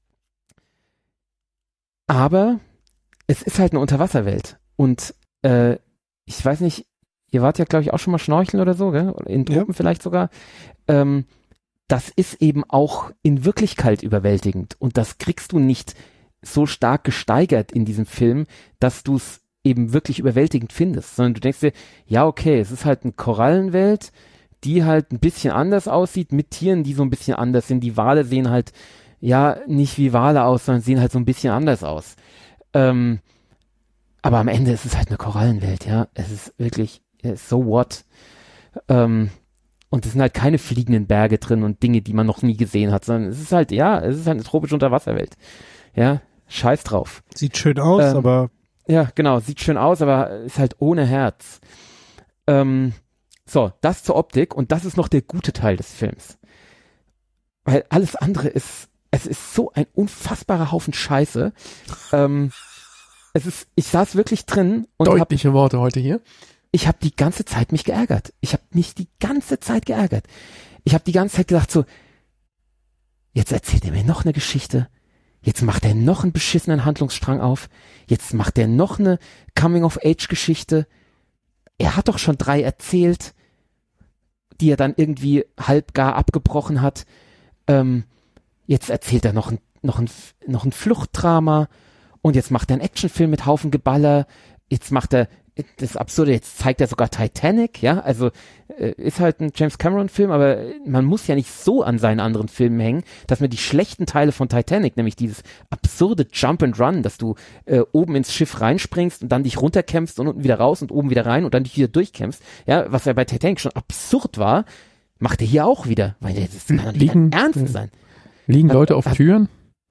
aber es ist halt eine Unterwasserwelt und, äh, ich weiß nicht, ihr wart ja, glaube ich, auch schon mal schnorcheln oder so, gell? In Tropen Ja. vielleicht sogar. Ähm, das ist eben auch in Wirklichkeit überwältigend. Und das kriegst du nicht so stark gesteigert in diesem Film, dass du es eben wirklich überwältigend findest, sondern du denkst dir, ja okay, es ist halt eine Korallenwelt, die halt ein bisschen anders aussieht, mit Tieren, die so ein bisschen anders sind. Die Wale sehen halt, ja, nicht wie Wale aus, sondern sehen halt so ein bisschen anders aus. Ähm, aber am Ende ist es halt eine Korallenwelt, ja. Es ist wirklich, so what? Ähm, und es sind halt keine fliegenden Berge drin und Dinge, die man noch nie gesehen hat, sondern es ist halt, ja, es ist halt eine tropische Unterwasserwelt. Ja, scheiß drauf. Sieht schön aus, ähm, aber... Ja, genau, sieht schön aus, aber ist halt ohne Herz. Ähm, so, das zur Optik und das ist noch der gute Teil des Films. Weil alles andere ist, es ist so ein unfassbarer Haufen Scheiße. ähm, es ist, ich saß wirklich drin und Deutliche hab, Worte heute hier. Ich habe die ganze Zeit mich geärgert. Ich habe mich die ganze Zeit geärgert. Ich habe die ganze Zeit gedacht so, jetzt erzählt er mir noch eine Geschichte. Jetzt macht er noch einen beschissenen Handlungsstrang auf. Jetzt macht er noch eine Coming-of-Age-Geschichte. Er hat doch schon drei erzählt, die er dann irgendwie halbgar abgebrochen hat. Ähm, jetzt erzählt er noch ein, noch ein, noch ein Fluchtdrama. Und jetzt macht er einen Actionfilm mit Haufen Geballer. Jetzt macht er das Absurde, jetzt zeigt er sogar Titanic, ja, also äh, ist halt ein James Cameron-Film, aber man muss ja nicht so an seinen anderen Filmen hängen, dass man die schlechten Teile von Titanic, nämlich dieses absurde Jump and Run, dass du äh, oben ins Schiff reinspringst und dann dich runterkämpfst und unten wieder raus und oben wieder rein und dann dich wieder durchkämpfst, ja, was ja bei Titanic schon absurd war, macht er hier auch wieder, weil das kann doch nicht liegen, ernst sein. Liegen Leute auf Türen?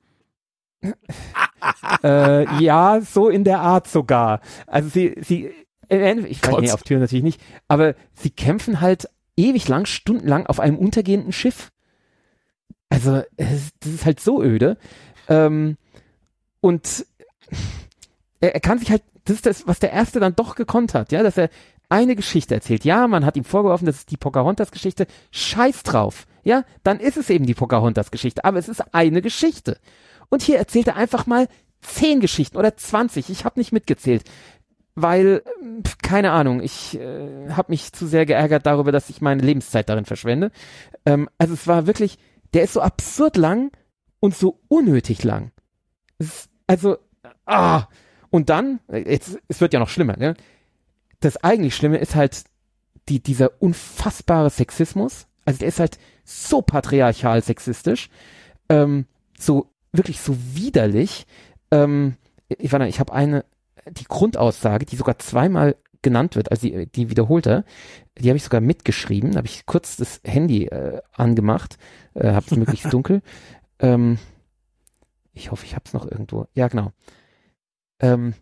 äh, ja, so in der Art sogar. Also sie, sie, äh, ich weiß nicht, auf Türen natürlich nicht, aber sie kämpfen halt ewig lang, stundenlang auf einem untergehenden Schiff. Also es, das ist halt so öde. Ähm, und er, er kann sich halt, das ist das, was der Erste dann doch gekonnt hat, ja, dass er eine Geschichte erzählt. Ja, man hat ihm vorgeworfen, das ist die Pocahontas-Geschichte. Scheiß drauf. Ja, dann ist es eben die Pocahontas-Geschichte, aber es ist eine Geschichte. Und hier erzählt er einfach mal zehn Geschichten oder zwanzig. Ich habe nicht mitgezählt, weil, keine Ahnung, ich äh, habe mich zu sehr geärgert darüber, dass ich meine Lebenszeit darin verschwende. Ähm, also es war wirklich, der ist so absurd lang und so unnötig lang. Es, also, ah. Und dann, jetzt, es wird ja noch schlimmer, ne? Das eigentlich Schlimme ist halt die, dieser unfassbare Sexismus. Also der ist halt so patriarchal sexistisch, ähm, so wirklich so widerlich. Ähm, ich warte, ich habe eine, die Grundaussage, die sogar zweimal genannt wird, also die, die wiederholt er, die habe ich sogar mitgeschrieben, da habe ich kurz das Handy äh, angemacht, äh, habe es möglichst dunkel. Ähm, ich hoffe, ich habe es noch irgendwo. Ja, genau. Ähm,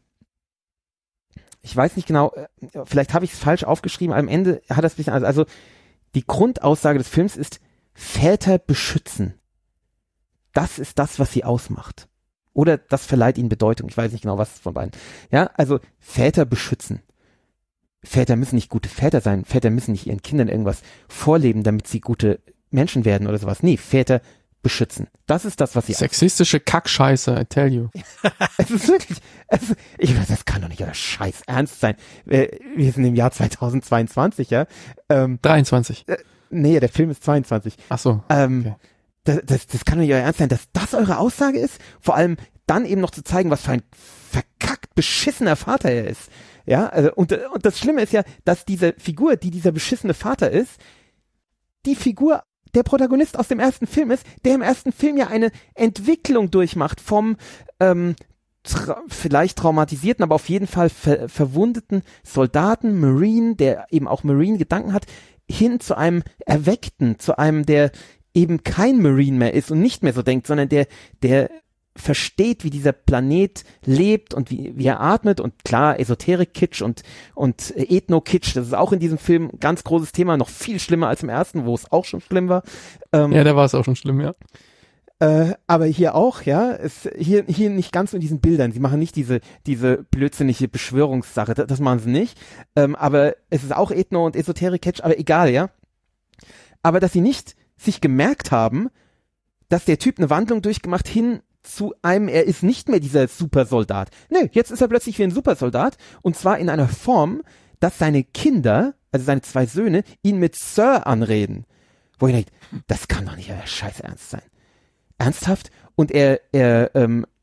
ich weiß nicht genau, äh, vielleicht habe ich es falsch aufgeschrieben, am Ende hat das ein bisschen, also, also die Grundaussage des Films ist, Väter beschützen. Das ist das, was sie ausmacht. Oder das verleiht ihnen Bedeutung. Ich weiß nicht genau, was von beiden. Ja, also Väter beschützen. Väter müssen nicht gute Väter sein. Väter müssen nicht ihren Kindern irgendwas vorleben, damit sie gute Menschen werden oder sowas. Nee, Väter beschützen. Das ist das, was sie... Sexistische Kackscheiße, I tell you. Es ist wirklich... Es, ich weiß, das kann doch nicht euer Scheiß ernst sein. Wir sind im Jahr zweitausendzweiundzwanzig, ja. Ähm, dreiundzwanzig. Äh, nee, der Film ist zweiundzwanzig. Ach so. Ähm, okay. Das, das, das kann doch nicht euer Ernst sein, dass das eure Aussage ist. Vor allem dann eben noch zu zeigen, was für ein verkackt beschissener Vater er ist. Ja, also, und, und das Schlimme ist ja, dass diese Figur, die dieser beschissene Vater ist, die Figur, der Protagonist aus dem ersten Film ist, der im ersten Film ja eine Entwicklung durchmacht vom ähm, tra- vielleicht traumatisierten, aber auf jeden Fall ver- verwundeten Soldaten, Marine, der eben auch Marine-Gedanken hat, hin zu einem Erweckten, zu einem, der eben kein Marine mehr ist und nicht mehr so denkt, sondern der, der versteht, wie dieser Planet lebt und wie, wie er atmet und klar, Esoterik-Kitsch und, und Ethno-Kitsch, das ist auch in diesem Film ein ganz großes Thema, noch viel schlimmer als im ersten, wo es auch schon schlimm war. Ähm, ja, da war es auch schon schlimm, ja. Äh, aber hier auch, ja, es, hier, hier nicht ganz mit diesen Bildern, sie machen nicht diese, diese blödsinnige Beschwörungssache, das, das machen sie nicht, ähm, aber es ist auch Ethno- und Esoterik-Kitsch, aber egal, ja. Aber dass sie nicht sich gemerkt haben, dass der Typ eine Wandlung durchgemacht hin zu einem, er ist nicht mehr dieser Supersoldat. Nee, jetzt ist er plötzlich wie ein Supersoldat und zwar in einer Form, dass seine Kinder, also seine zwei Söhne, ihn mit Sir anreden. Wo ich denke, das kann doch nicht euer Scheiß ernst sein. Ernsthaft? Und er, er ähm,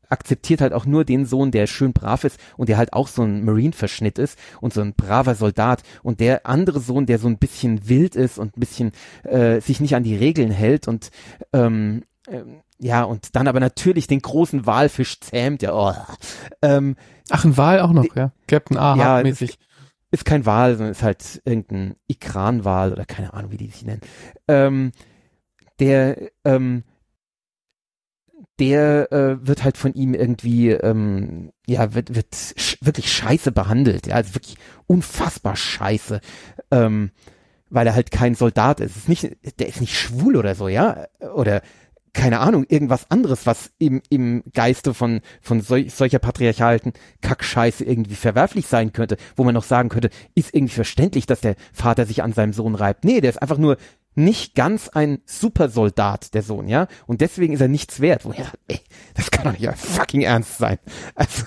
akzeptiert halt auch nur den Sohn, der schön brav ist und der halt auch so ein Marine-Verschnitt ist und so ein braver Soldat. Und der andere Sohn, der so ein bisschen wild ist und ein bisschen äh, sich nicht an die Regeln hält und ähm, ähm, ja, und dann aber natürlich den großen Walfisch zähmt, ja, oh. Ähm, Ach, ein Wal auch noch, die, ja. Captain Ahab-mäßig. Ja, ist kein Wal, sondern ist halt irgendein Ikran-Wal oder keine Ahnung, wie die sich nennen. Ähm, der, ähm, der äh, wird halt von ihm irgendwie, ähm, ja, wird, wird sch- wirklich scheiße behandelt, ja, also wirklich unfassbar scheiße, ähm, weil er halt kein Soldat ist. Es ist nicht, der ist nicht schwul oder so, ja, oder keine Ahnung, irgendwas anderes, was im, im Geiste von, von solch, solcher patriarchalten Kackscheiße irgendwie verwerflich sein könnte, wo man noch sagen könnte, ist irgendwie verständlich, dass der Vater sich an seinem Sohn reibt. Nee, der ist einfach nur nicht ganz ein Supersoldat, der Sohn, ja, und deswegen ist er nichts wert. Woher, ey, das kann doch nicht fucking ernst sein. Also,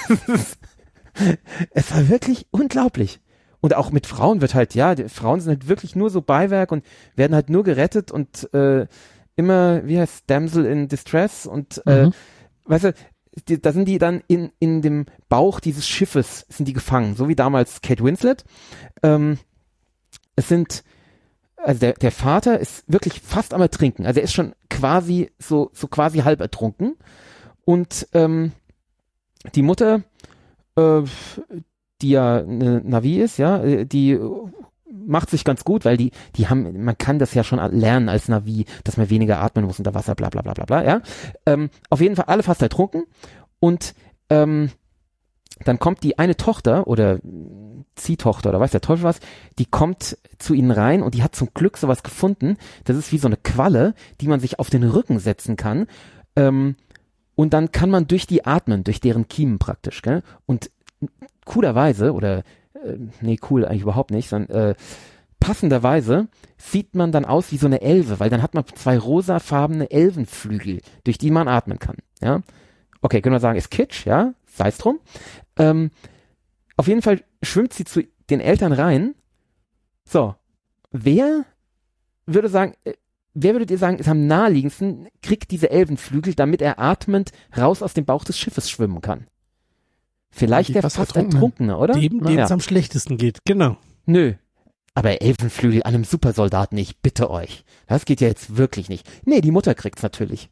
es war wirklich unglaublich. Und auch mit Frauen wird halt, ja, die Frauen sind halt wirklich nur so Beiwerk und werden halt nur gerettet und äh, immer, wie heißt Damsel in Distress und äh, mhm. weißt du, die, da sind die dann in in dem Bauch dieses Schiffes sind die gefangen, so wie damals Kate Winslet. Ähm, es sind, also der der Vater ist wirklich fast am Ertrinken, also er ist schon quasi so so quasi halb ertrunken und ähm, die Mutter, äh, die ja eine Navi ist, ja, die macht sich ganz gut, weil die, die haben, man kann das ja schon lernen als Navi, dass man weniger atmen muss unter Wasser, bla bla bla bla bla, ja. Ähm, auf jeden Fall alle fast ertrunken und ähm, dann kommt die eine Tochter oder Ziehtochter oder weiß der Teufel was, die kommt zu ihnen rein und die hat zum Glück sowas gefunden, das ist wie so eine Qualle, die man sich auf den Rücken setzen kann ähm, und dann kann man durch die atmen, durch deren Kiemen praktisch, gell? Und coolerweise oder nee, cool eigentlich überhaupt nicht, sondern äh, passenderweise sieht man dann aus wie so eine Elfe, weil dann hat man zwei rosafarbene Elfenflügel, durch die man atmen kann, ja. Okay, können wir sagen, ist Kitsch, ja, sei es drum. Ähm, auf jeden Fall schwimmt sie zu den Eltern rein. So, wer würde sagen, äh, wer würdet ihr sagen, ist am naheliegendsten, kriegt diese Elfenflügel, damit er atmend raus aus dem Bauch des Schiffes schwimmen kann? Vielleicht die der fast Ertrunkene, oder? Dem, dem es ja. am schlechtesten geht, genau. Nö. Aber Elfenflügel an einem Supersoldaten, ich bitte euch. Das geht ja jetzt wirklich nicht. Nee, die Mutter kriegt's natürlich.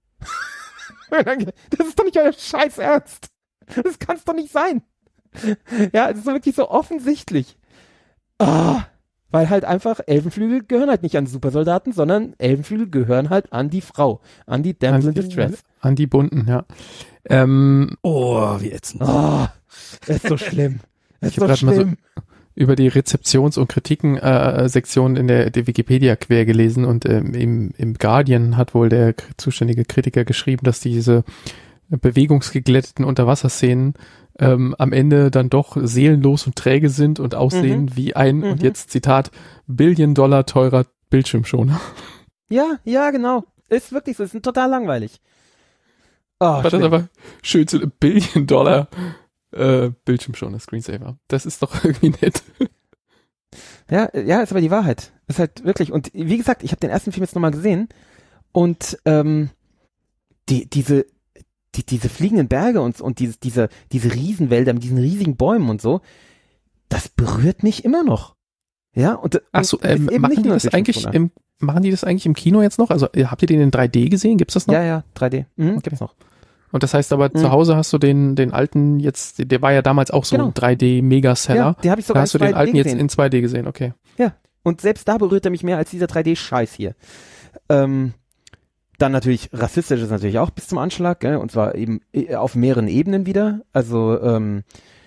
Das ist doch nicht euer Scheiß Ernst. Das kann's doch nicht sein. Ja, es ist wirklich so offensichtlich. Ah, weil halt einfach Elfenflügel gehören halt nicht an Supersoldaten, sondern Elfenflügel gehören halt an die Frau, an die Damsel in Distress. An die Bunten, ja. Ähm, oh, wie ätzend. Oh, das ist so schlimm. Das ist so schlimm. So über die Rezeptions- und Kritiken-Sektion äh, in der, der Wikipedia quer gelesen und ähm, im, im Guardian hat wohl der k- zuständige Kritiker geschrieben, dass diese bewegungsgeglätteten Unterwasserszenen ähm, am Ende dann doch seelenlos und träge sind und aussehen mhm. wie ein, mhm. und jetzt Zitat, Billion Dollar teurer Bildschirmschoner. Ja, ja, genau. Ist wirklich so, ist total langweilig. Oh, aber das ist aber schön zu Billion Dollar äh, Bildschirmschoner, Screensaver. Das ist doch irgendwie nett. Ja, ja, ist aber die Wahrheit. Ist halt wirklich, und wie gesagt, ich habe den ersten Film jetzt nochmal gesehen und ähm, die, diese, die, diese fliegenden Berge und, und diese, diese, diese Riesenwälder mit diesen riesigen Bäumen und so, das berührt mich immer noch. Ja, und, ach so, ähm, machen die das eigentlich im, machen die das eigentlich im Kino jetzt noch? Also habt ihr den in drei D gesehen? Gibt's das noch? Ja, ja, drei D. Mhm, okay. Gibt's noch. Und das heißt aber, mhm. zu Hause hast du den, den alten jetzt, der war ja damals auch so genau. ein drei D-Megaseller. Ja, den habe ich sogar da hast du den alten gesehen. Jetzt in zwei D gesehen, okay. Ja, und selbst da berührt er mich mehr als dieser drei D-Scheiß hier. Ähm, dann natürlich, rassistisch ist natürlich auch bis zum Anschlag, gell? Und zwar eben auf mehreren Ebenen wieder. Also ähm,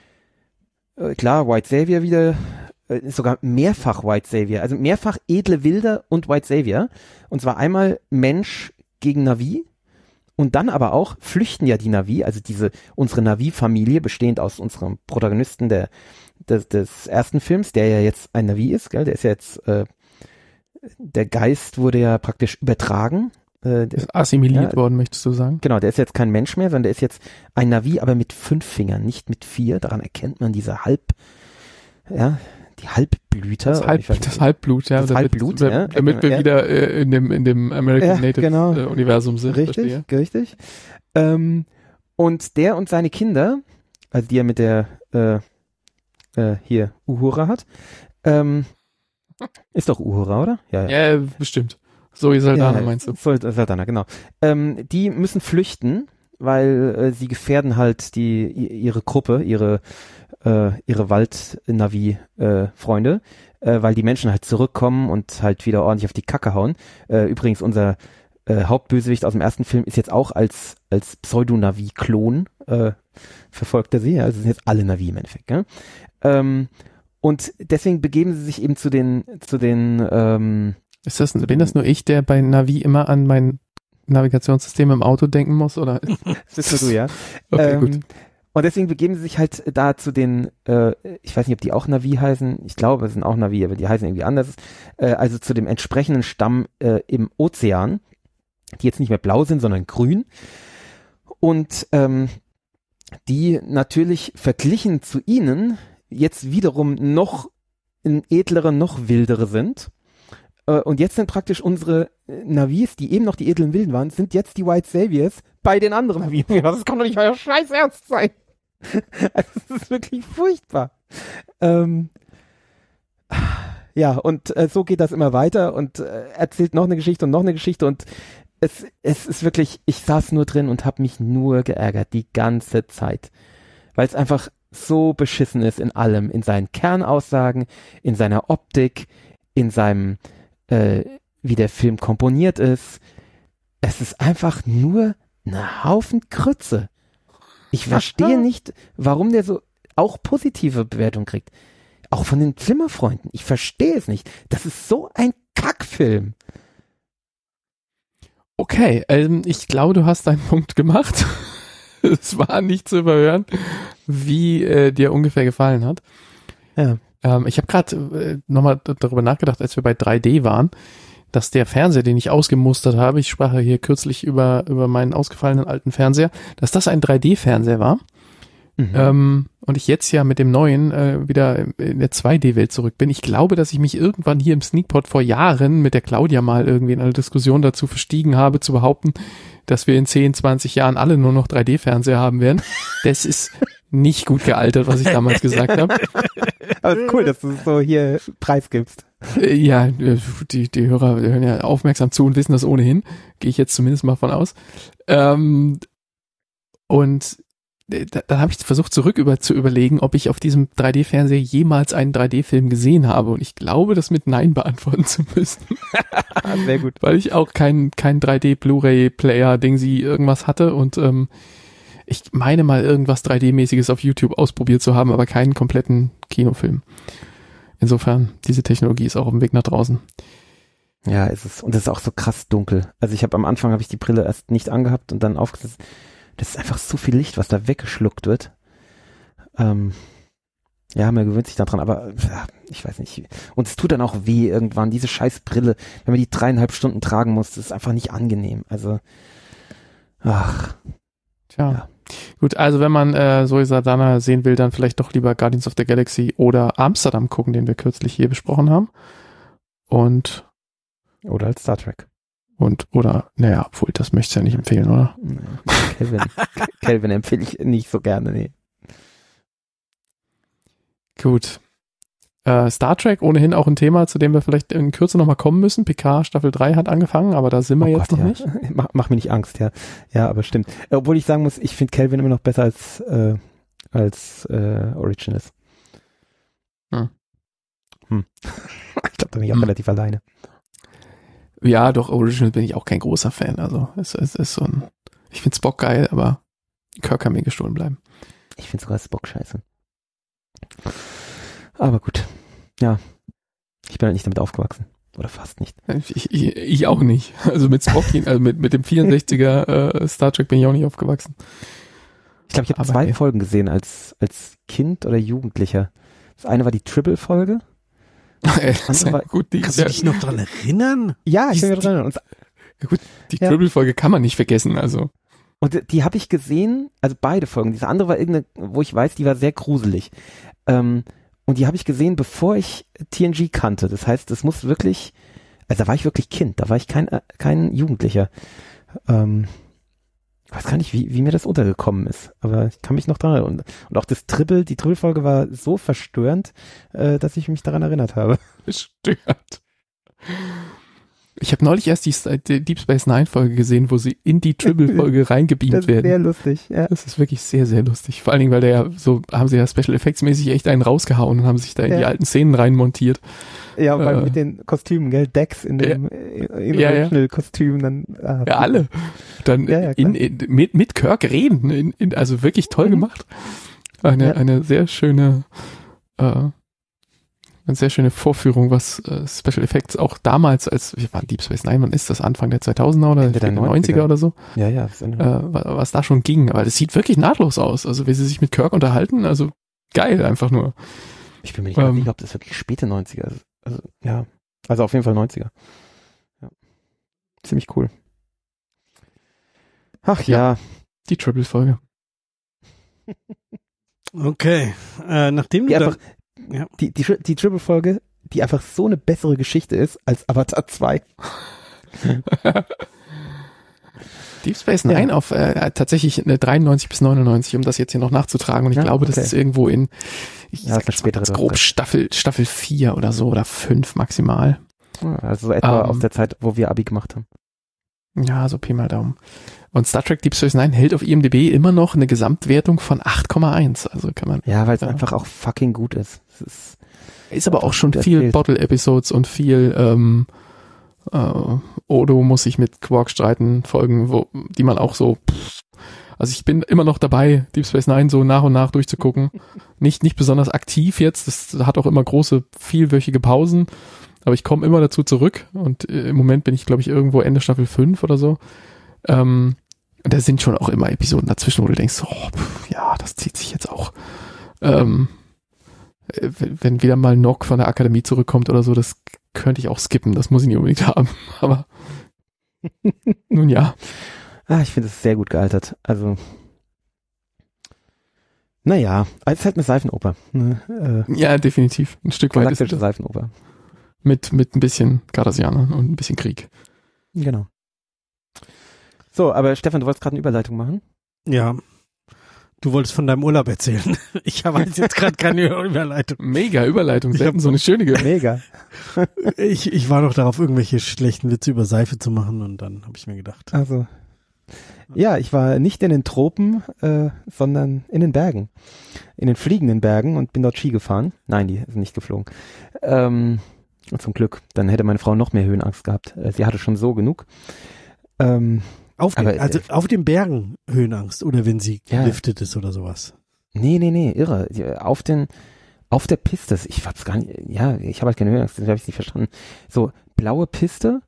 äh, klar, White Savior wieder, äh, sogar mehrfach White Savior, also mehrfach edle Wilder und White Savior. Und zwar einmal Mensch gegen Navi. Und dann aber auch flüchten ja die Navi, also diese, unsere Navi-Familie, bestehend aus unserem Protagonisten der, des, des ersten Films, der ja jetzt ein Navi ist, gell, der ist ja jetzt, äh, der Geist wurde ja praktisch übertragen. Äh, der, ist assimiliert ja, worden, möchtest du sagen? Genau, der ist jetzt kein Mensch mehr, sondern der ist jetzt ein Navi, aber mit fünf Fingern, nicht mit vier. Daran erkennt man diese Halb, ja, die Halbblüter. Das, Halb, das Halbblut, ja. Das damit, Halbblut, ja. Damit wir ja. wieder äh, in dem in dem American ja, Native genau. äh, Universum sind. Richtig, verstehe. richtig. Ähm, Und der und seine Kinder, also die er mit der äh, äh, hier Uhura hat, ähm, ist doch Uhura, oder? Ja, ja bestimmt. Zoe Saldana ja, meinst du? Zoe Saldana, genau. Ähm, die müssen flüchten, weil äh, sie gefährden halt die ihre Gruppe, ihre äh, ihre Wald-Navi-Freunde, äh, weil die Menschen halt zurückkommen und halt wieder ordentlich auf die Kacke hauen. Äh, übrigens, unser äh, Hauptbösewicht aus dem ersten Film ist jetzt auch als als Pseudo-Navi-Klon äh, verfolgt er sie. Also sind jetzt alle Navi im Endeffekt. Ja? Ähm, und deswegen begeben sie sich eben zu den zu den ähm, Ist das, bin das nur ich, der bei Navi immer an mein Navigationssystem im Auto denken muss, oder? Das bist nur du, ja. Okay, ähm, gut. Und deswegen begeben sie sich halt da zu den, äh, ich weiß nicht, ob die auch Navi heißen, ich glaube, es sind auch Navi, aber die heißen irgendwie anders, äh, also zu dem entsprechenden Stamm äh, im Ozean, die jetzt nicht mehr blau sind, sondern grün. Und ähm, die natürlich verglichen zu ihnen jetzt wiederum noch edlere, noch wildere sind. Und jetzt sind praktisch unsere Navis, die eben noch die edlen Wilden waren, sind jetzt die White Saviors bei den anderen Navis. Das kann doch nicht euer Scheiß ernst sein. Also das ist wirklich furchtbar. Ähm, ja, und äh, so geht das immer weiter und äh, erzählt noch eine Geschichte und noch eine Geschichte und es, es ist wirklich, ich saß nur drin und habe mich nur geärgert, die ganze Zeit. Weil es einfach so beschissen ist in allem, in seinen Kernaussagen, in seiner Optik, in seinem Äh, wie der Film komponiert ist. Es ist einfach nur ein Haufen Krütze. Ich verstehe nicht, warum der so auch positive Bewertungen kriegt. Auch von den Flimmerfreunden. Ich verstehe es nicht. Das ist so ein Kackfilm. Okay, ähm, ich glaube, du hast deinen Punkt gemacht. Es war nicht zu überhören, wie äh, dir ungefähr gefallen hat. Ja. Ähm, ich habe gerade äh, nochmal darüber nachgedacht, als wir bei drei D waren, dass der Fernseher, den ich ausgemustert habe, ich sprach ja hier kürzlich über, über meinen ausgefallenen alten Fernseher, dass das ein drei D-Fernseher war. Mhm. Ähm, und ich jetzt ja mit dem neuen äh, wieder in der zwei D-Welt zurück bin. Ich glaube, dass ich mich irgendwann hier im Sneakpot vor Jahren mit der Claudia mal irgendwie in einer Diskussion dazu verstiegen habe, zu behaupten, dass wir in zehn, zwanzig Jahren alle nur noch drei D-Fernseher haben werden. Das ist nicht gut gealtert, was ich damals gesagt habe. Aber cool, dass du es so hier preisgibst. Ja, die, die Hörer hören ja aufmerksam zu und wissen das ohnehin. Gehe ich jetzt zumindest mal von aus. Ähm, und da, dann habe ich versucht, zurück über, zu überlegen, ob ich auf diesem drei D-Fernseher jemals einen drei D-Film gesehen habe. Und ich glaube, das mit Nein beantworten zu müssen. Sehr gut. Weil ich auch kein, kein drei D-Blu-ray-Player-Ding sie irgendwas hatte und ähm, ich meine mal irgendwas drei D-mäßiges auf YouTube ausprobiert zu haben, aber keinen kompletten Kinofilm. Insofern, diese Technologie ist auch auf dem Weg nach draußen. Ja, ist es. Und es ist auch so krass dunkel. Also ich habe am Anfang habe ich die Brille erst nicht angehabt und dann aufgesetzt. Das ist einfach so viel Licht, was da weggeschluckt wird. Ähm, ja, man gewöhnt sich daran, aber ja, ich weiß nicht. Und es tut dann auch weh irgendwann, diese scheiß Brille, wenn man die dreieinhalb Stunden tragen muss, das ist einfach nicht angenehm. Also, ach. Tja. Ja. Gut, also wenn man äh, Zoe Saldana sehen will, dann vielleicht doch lieber Guardians of the Galaxy oder Amsterdam gucken, den wir kürzlich hier besprochen haben. Und oder als Star Trek. Und, oder, naja, obwohl, das möchte ich ja nicht empfehlen, oder? Kelvin, Kelvin empfehle ich nicht so gerne, nee. Gut. Äh, Star Trek ohnehin auch ein Thema, zu dem wir vielleicht in Kürze nochmal kommen müssen. Picard Staffel drei hat angefangen, aber da sind wir oh jetzt Gott, noch ja. nicht. Mach, mach mir nicht Angst, ja. Ja, aber stimmt. Obwohl ich sagen muss, ich finde Kelvin immer noch besser als, äh, als äh, Originals. Hm. Hm. Ich glaube, da bin ich auch hm. relativ alleine. Ja, doch, Original bin ich auch kein großer Fan. Also es, es ist so ein, ich finde Spock geil, aber Kirk kann mir gestohlen bleiben. Ich finde sogar Spock scheiße. Aber gut. Ja. Ich bin halt nicht damit aufgewachsen. Oder fast nicht. Ich, ich, ich auch nicht. Also mit Spock, also mit, mit dem vierundsechziger äh, Star Trek bin ich auch nicht aufgewachsen. Ich glaube, ich habe zwei ey. Folgen gesehen als, als Kind oder Jugendlicher. Das eine war die Triple-Folge. War, gut, die, kannst du dich noch dran erinnern? Ja, ich kann mich dran erinnern. Ja, gut, die ja. Triple-Folge kann man nicht vergessen, also. Und die, die habe ich gesehen, also beide Folgen. Diese andere war irgendeine, wo ich weiß, die war sehr gruselig. Ähm, und die habe ich gesehen, bevor ich T N G kannte. Das heißt, das muss wirklich, also da war ich wirklich Kind, da war ich kein, kein Jugendlicher. Ähm, weiß gar nicht, wie, wie mir das untergekommen ist, aber ich kann mich noch daran erinnern. Und, und auch das Triple, die Triple-Folge war so verstörend, äh, dass ich mich daran erinnert habe. Verstört. Ich habe neulich erst die, die Deep Space Nine Folge gesehen, wo sie in die Triple-Folge reingebeamt Das ist werden. sehr lustig, ja. Das ist wirklich sehr, sehr lustig. Vor allen Dingen, weil der ja so, haben sie ja Special Effects mäßig echt einen rausgehauen und haben sich da in Ja. die alten Szenen reinmontiert. Ja, weil Äh, mit den Kostümen, gell, Dex in dem Ja, ja. Original-Kostüm, dann, ah, Ja, alle. Dann Ja, ja, in, in, mit, mit Kirk reden. In, in, also wirklich toll Mhm. gemacht. Eine, Ja. eine sehr schöne, äh, eine sehr schöne Vorführung, was äh, Special Effects auch damals, als, wie war Deep Space Nine, wann ist das? Anfang der zweitausender oder Ende der neunziger, neunziger oder so? Ja, ja. Das ist eine, Äh, wa- was da schon ging. Aber das sieht wirklich nahtlos aus. Also, wie sie sich mit Kirk unterhalten, also geil einfach nur. ich bin mir nicht ganz ähm, sicher, ob das wirklich späte neunziger ist. Also, ja. Also auf jeden Fall neunziger. Ja. Ziemlich cool. Ach ja. Die Triple-Folge. Okay. Äh, nachdem Die du einfach, da, ja. die, die, Tri- die Triple-Folge, die einfach so eine bessere Geschichte ist als Avatar zwei. Deep Space Nine auf äh, tatsächlich eine dreiundneunzig bis neunundneunzig, um das jetzt hier noch nachzutragen. Und ich Ja, glaube, okay. das ist irgendwo in, ich Ja, das ist eine spätere ganz grob Zeit. Staffel, Staffel vier oder so oder fünf maximal. Also etwa Ähm. aus der Zeit, wo wir Abi gemacht haben. Ja, so Pi mal Daumen. Und Star Trek Deep Space Nine hält auf I M D B immer noch eine Gesamtwertung von acht Komma eins. Also kann man, Ja, weil es Ja. einfach auch fucking gut ist. Es ist ist aber auch schon gut viel erzählt. Bottle-Episodes und viel, ähm, äh, Odo muss sich mit Quark streiten, Folgen, wo, die man auch so, pff, also ich bin immer noch dabei, Deep Space Nine so nach und nach durchzugucken. Nicht, nicht besonders aktiv jetzt, das hat auch immer große, vielwöchige Pausen, aber ich komme immer dazu zurück und äh, im Moment bin ich, glaube ich, irgendwo Ende Staffel fünf oder so. Ähm, und da sind schon auch immer Episoden dazwischen, wo du denkst, oh, pff, ja, das zieht sich jetzt auch. Ähm, äh, wenn, wenn wieder mal Nock von der Akademie zurückkommt oder so, das könnte ich auch skippen, das muss ich nicht unbedingt haben, aber nun ja. Ah, ich finde es sehr gut gealtert. Also, naja, es ist halt eine Seifenoper. Ne? Äh, Ja, definitiv. Ein Stück weit ist galaktische das. Seifenoper. Mit, mit ein bisschen Cardassianern und ein bisschen Krieg. Genau. So, aber Stefan, du wolltest gerade eine Überleitung machen? Ja. Du wolltest von deinem Urlaub erzählen. Ich habe jetzt gerade keine Überleitung. Mega Überleitung, Ich selten hab- so eine schöne. Ge- Mega. Ich, ich war noch darauf, irgendwelche schlechten Witze über Seife zu machen und dann habe ich mir gedacht. Also, ja, ich war nicht in den Tropen, äh, sondern in den Bergen. In den fliegenden Bergen und bin dort Ski gefahren. Nein, die sind nicht geflogen. Ähm, zum Glück. Dann hätte meine Frau noch mehr Höhenangst gehabt. Äh, Sie hatte schon so genug. Ähm, Auf den, Aber, also äh, auf den Bergen Höhenangst oder wenn sie Ja. geliftet ist oder sowas. nee, nee, nee, irre. Die, auf den, auf der Piste, ich hab's gar nicht, ja, ich habe halt keine Höhenangst, das habe ich nicht verstanden. So, blaue Piste,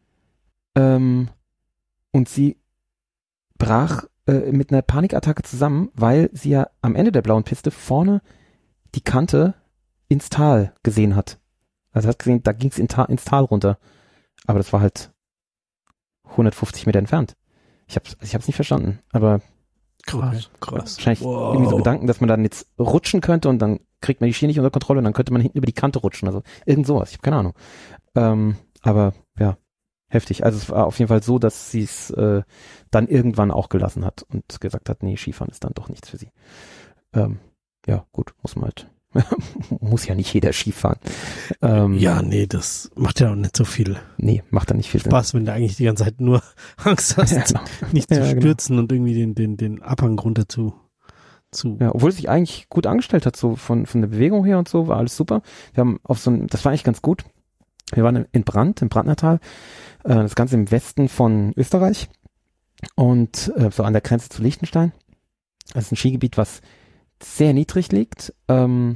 ähm, und sie brach äh, mit einer Panikattacke zusammen, weil sie ja am Ende der blauen Piste vorne die Kante ins Tal gesehen hat. Also hat gesehen, da ging's in Ta- ins Tal runter. Aber das war halt hundertfünfzig Meter entfernt. Ich hab's, also ich hab's nicht verstanden, aber Krass, krass. wahrscheinlich Wow. irgendwie so Gedanken, dass man dann jetzt rutschen könnte und dann kriegt man die Ski nicht unter Kontrolle und dann könnte man hinten über die Kante rutschen. Also irgend sowas, ich habe keine Ahnung. Ähm, aber ja, heftig. Also es war auf jeden Fall so, dass sie es äh, dann irgendwann auch gelassen hat und gesagt hat, nee, Skifahren ist dann doch nichts für sie. Ähm, ja, gut, muss man halt. Muss ja nicht jeder Skifahren. Ähm, Ja, nee, das macht ja auch nicht so viel Nee, macht dann nicht viel Sinn. Spaß, wenn du eigentlich die ganze Zeit nur Angst hast, Ja, genau. nicht zu Ja, genau. stürzen und irgendwie den, den, den Abhang runter zu, zu. Ja, obwohl es sich eigentlich gut angestellt hat, so von, von der Bewegung her und so, war alles super. Wir haben auf so ein, das war eigentlich ganz gut. Wir waren in Brand, im Brandnertal, äh, das Ganze im Westen von Österreich und äh, so an der Grenze zu Liechtenstein. Das ist ein Skigebiet, was sehr niedrig liegt, ähm,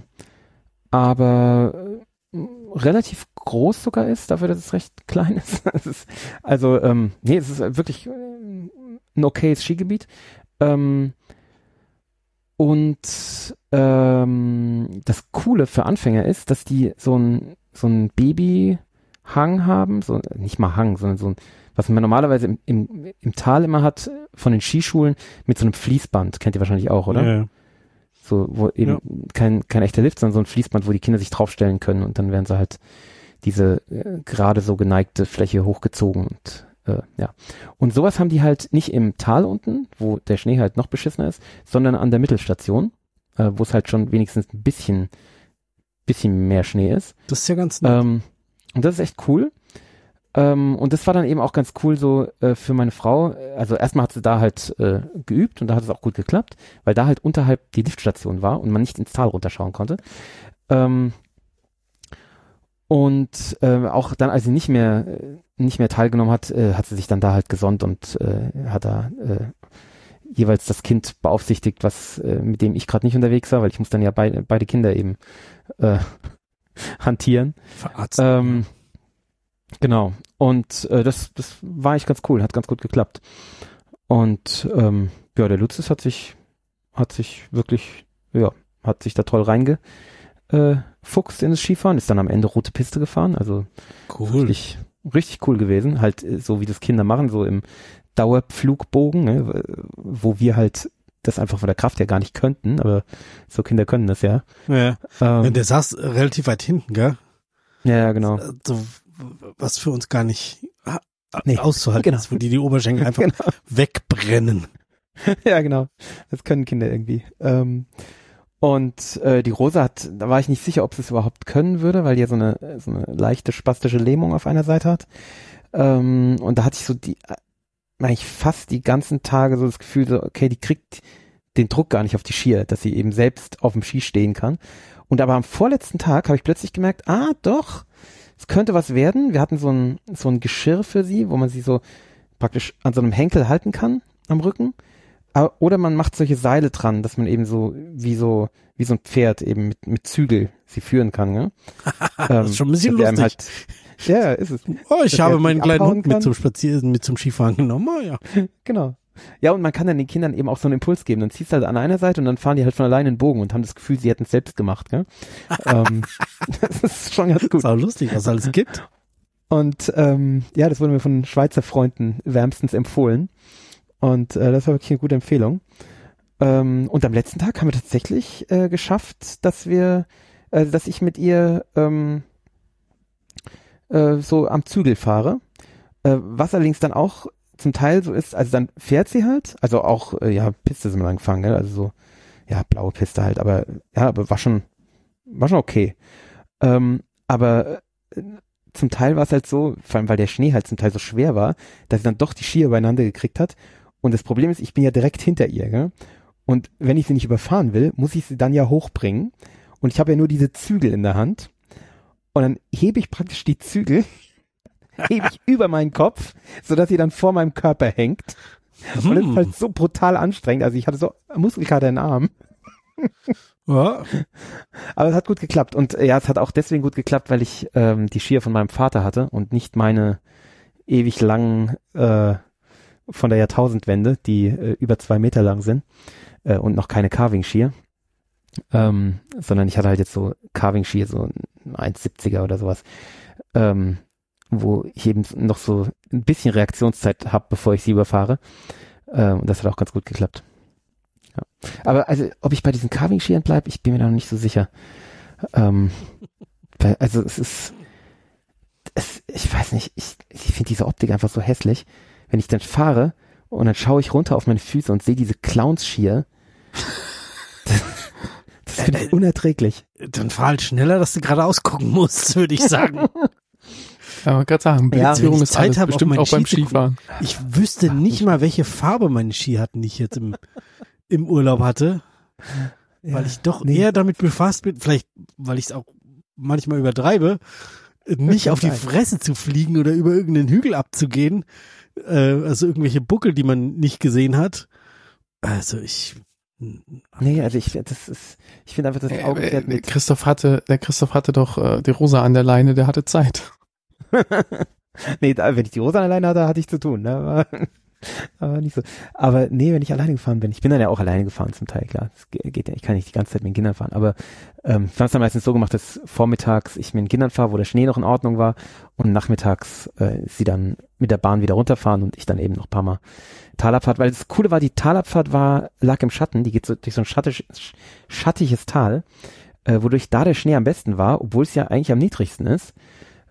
aber äh, relativ groß sogar ist, dafür, dass es recht klein ist. Es ist also, ähm, nee, es ist wirklich äh, ein okayes Skigebiet. Ähm, Und ähm, das Coole für Anfänger ist, dass die so ein so ein Babyhang haben, so nicht mal Hang, sondern so ein, was man normalerweise im, im, im Tal immer hat von den Skischulen mit so einem Fließband, kennt ihr wahrscheinlich auch, oder? Ja. So, wo eben Ja. kein kein echter Lift, sondern so ein Fließband, wo die Kinder sich draufstellen können und dann werden sie halt diese äh, gerade so geneigte Fläche hochgezogen und äh, ja. Und sowas haben die halt nicht im Tal unten, wo der Schnee halt noch beschissener ist, sondern an der Mittelstation, äh, wo es halt schon wenigstens ein bisschen, bisschen mehr Schnee ist. Das ist ja ganz nett. Ähm, und das ist echt cool. Ähm, und das war dann eben auch ganz cool so äh, für meine Frau. Also erstmal hat sie da halt äh, geübt und da hat es auch gut geklappt, weil da halt unterhalb die Liftstation war und man nicht ins Tal runterschauen konnte. Ähm, und äh, auch dann, als sie nicht mehr äh, nicht mehr teilgenommen hat, äh, hat sie sich dann da halt gesonnt und äh, hat da äh, jeweils das Kind beaufsichtigt, was äh, mit dem ich gerade nicht unterwegs war, weil ich muss dann ja beide, beide Kinder eben äh, hantieren. Verarzt. Ähm, genau. Und äh, das, das war eigentlich ganz cool, hat ganz gut geklappt. Und ähm, ja, der Lutzes hat sich, hat sich wirklich, ja, hat sich da toll reingefuchst in das Skifahren, ist dann am Ende rote Piste gefahren, also Cool. richtig, richtig cool gewesen, halt äh, so wie das Kinder machen, so im Dauerpflugbogen, ne, wo wir halt das einfach von der Kraft her gar nicht könnten, aber so Kinder können das ja. Ja. Ähm, Und der saß relativ weit hinten, gell? ja, ja, genau. So, was für uns gar nicht ah, Nee, auszuhalten genau. ist, wo die die Oberschenkel einfach Genau. wegbrennen. Ja, genau. Das können Kinder irgendwie. Ähm, und äh, die Rosa hat, da war ich nicht sicher, ob sie es überhaupt können würde, weil die ja so eine, so eine leichte spastische Lähmung auf einer Seite hat. Ähm, und da hatte ich so die, eigentlich fast die ganzen Tage so das Gefühl, so, okay, die kriegt den Druck gar nicht auf die Skier, dass sie eben selbst auf dem Ski stehen kann. Und aber am vorletzten Tag habe ich plötzlich gemerkt, ah, doch, es könnte was werden. Wir hatten so ein, so ein Geschirr für sie, wo man sie so praktisch an so einem Henkel halten kann am Rücken. Aber, oder man macht solche Seile dran, dass man eben so wie so wie so ein Pferd eben mit, mit Zügel sie führen kann. Ne? Das ist schon ein bisschen dass er einem lustig. Halt, ja, ist es. Oh, ich dass habe er meinen nicht kleinen abhauen Hund mit kann. zum Spazieren, mit zum Skifahren genommen. Oh, ja. Genau. Ja, und man kann dann den Kindern eben auch so einen Impuls geben. Dann ziehst du halt an einer Seite und dann fahren die halt von alleine einen Bogen und haben das Gefühl, sie hätten es selbst gemacht. Gell? ähm, das ist schon ganz gut. Das ist auch lustig, was es alles gibt. Und ähm, ja, das wurde mir von Schweizer Freunden wärmstens empfohlen. Und äh, das war wirklich eine gute Empfehlung. Ähm, und am letzten Tag haben wir tatsächlich äh, geschafft, dass wir, äh, dass ich mit ihr ähm, äh, so am Zügel fahre. Äh, was allerdings dann auch zum Teil so ist, also dann fährt sie halt, also auch, äh, ja, Piste sind wir lang gefahren, gell? Also so, ja, blaue Piste halt, aber ja, aber war schon, war schon okay. Ähm, aber äh, zum Teil war es halt so, vor allem weil der Schnee halt zum Teil so schwer war, dass sie dann doch die Skier übereinander gekriegt hat. Und das Problem ist, ich bin ja direkt hinter ihr, gell? Und wenn ich sie nicht überfahren will, muss ich sie dann ja hochbringen. Und ich habe ja nur diese Zügel in der Hand. Und dann hebe ich praktisch die Zügel, hebe ich über meinen Kopf, sodass sie dann vor meinem Körper hängt. Und das ist halt so brutal anstrengend. Also ich hatte so Muskelkater in den Armen. Ja. Aber es hat gut geklappt. Und äh, ja, es hat auch deswegen gut geklappt, weil ich ähm, die Skier von meinem Vater hatte und nicht meine ewig langen äh, von der Jahrtausendwende, die äh, über zwei Meter lang sind äh, und noch keine Carving-Skier. Ähm, sondern ich hatte halt jetzt so Carving-Skier, so ein eins siebziger oder sowas, ähm, wo ich eben noch so ein bisschen Reaktionszeit habe, bevor ich sie überfahre. Äh, und das hat auch ganz gut geklappt. Ja. Aber also, ob ich bei diesen Carving-Skiern bleibe, ich bin mir da noch nicht so sicher. Ähm, weil, also es ist, es, ich weiß nicht, ich, ich finde diese Optik einfach so hässlich. Wenn ich dann fahre und dann schaue ich runter auf meine Füße und sehe diese Clowns-Skier, das, das finde ich unerträglich. Dann fahr halt schneller, dass du geradeaus gucken musst, würde ich sagen. Ja, gerade sagen, Ja, Blitzführung wenn ich ist Zeit alles, habe, auf bestimmt meine auch beim Ski zu Skifahren. Ich wüsste nicht mal, welche Farbe meine Ski hatten, die ich jetzt im, im Urlaub hatte, Ja, weil ich doch nee. eher damit befasst bin, vielleicht, weil ich es auch manchmal übertreibe, nicht auf die Fresse zu fliegen oder über irgendeinen Hügel abzugehen, äh, also irgendwelche Buckel, die man nicht gesehen hat. Also ich... Nee, also ich, das ist, ich finde einfach das Äh, Augenpferd äh, mit. Christoph hatte, der Christoph hatte doch äh, die Rosa an der Leine, der hatte Zeit. Nee, da, wenn ich die Rosa alleine hatte, hatte ich zu tun, ne? Aber, aber nicht so. Aber nee, wenn ich alleine gefahren bin, ich bin dann ja auch alleine gefahren zum Teil, klar. Das geht ja, ich kann nicht die ganze Zeit mit den Kindern fahren, aber ähm, ich habe es dann meistens so gemacht, dass vormittags ich mit den Kindern fahre, wo der Schnee noch in Ordnung war und nachmittags äh, sie dann mit der Bahn wieder runterfahren und ich dann eben noch ein paar Mal Talabfahrt, weil das Coole war, die Talabfahrt war, lag im Schatten, die geht so durch so ein schattiges, schattiges Tal, äh, wodurch da der Schnee am besten war, obwohl es ja eigentlich am niedrigsten ist.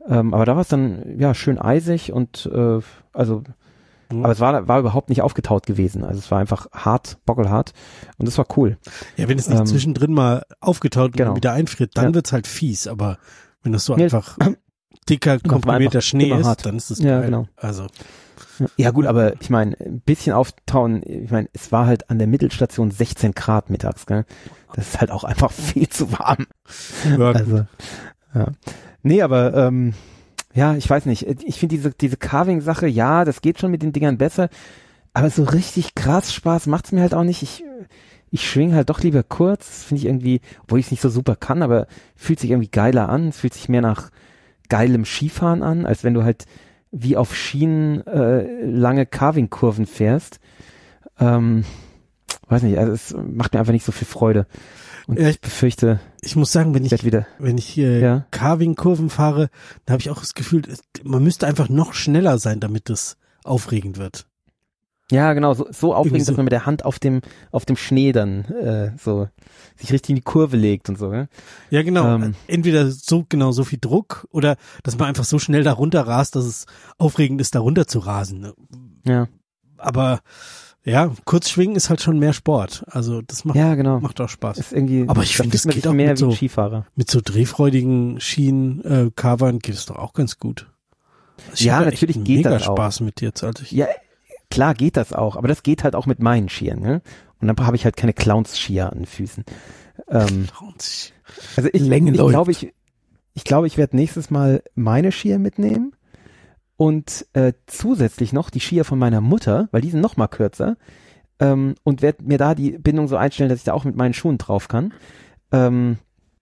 Ähm, aber da war es dann, ja, schön eisig und, äh, also, Mhm. aber es war, war überhaupt nicht aufgetaut gewesen. Also es war einfach hart, bockelhart und das war cool. Ja, wenn es nicht Ähm, zwischendrin mal aufgetaut und genau. dann wieder einfriert, dann Ja. wird's halt fies, aber wenn das so Nee, einfach dicker, komprimierter einfach Schnee immer ist, hart. dann ist das Ja, geil. genau. Also, Ja gut, aber ich meine, ein bisschen auftauen, ich meine, es war halt an der Mittelstation sechzehn Grad mittags, gell? Das ist halt auch einfach viel zu warm. ja, Also, ja. Nee, aber, ähm, ja, ich weiß nicht. Ich finde diese, diese Carving-Sache, ja, das geht schon mit den Dingern besser, aber so richtig krass Spaß macht's mir halt auch nicht. Ich, ich schwing halt doch lieber kurz, finde ich irgendwie, obwohl ich es nicht so super kann, aber fühlt sich irgendwie geiler an. Es fühlt sich mehr nach geilem Skifahren an, als wenn du halt wie auf Schienen äh, lange Carving-Kurven fährst. Ähm, weiß nicht, also es macht mir einfach nicht so viel Freude. Und Ja, ich befürchte, ich muss sagen, wenn ich ich, werde wieder, wenn ich hier ja, Carving-Kurven fahre, dann habe ich auch das Gefühl, es- man müsste einfach noch schneller sein, damit das aufregend wird. ja genau, so, so aufregend, so. dass man mit der Hand auf dem auf dem Schnee dann äh, so sich richtig in die Kurve legt und so. Ja? Ja, genau. Ähm. Entweder so genau so viel Druck oder dass man einfach so schnell da runter rast, dass es aufregend ist, da runter zu rasen. Ja, Aber ja, Kurzschwingen ist halt schon mehr Sport. Also das macht, ja genau. macht auch Spaß. Ist irgendwie, Aber ich da finde, fühlt das man geht sich auch mehr mit wie ein so- Skifahrer. Mit so drehfreudigen Schienen, äh, Covern geht es doch auch ganz gut. Also ich Ja, hab da natürlich echt geht mega das auch. Spaß mit dir jetzt, als ich. Ja, klar geht das auch, aber das geht halt auch mit meinen Skiern. Ne? Und dann habe ich halt keine Clowns-Skier an den Füßen. Ähm, also ich, Länge ich läuft. glaube, ich, ich glaube, ich werde nächstes Mal meine Skier mitnehmen und äh, zusätzlich noch die Skier von meiner Mutter, weil die sind noch mal kürzer, ähm, und werde mir da die Bindung so einstellen, dass ich da auch mit meinen Schuhen drauf kann. Ähm,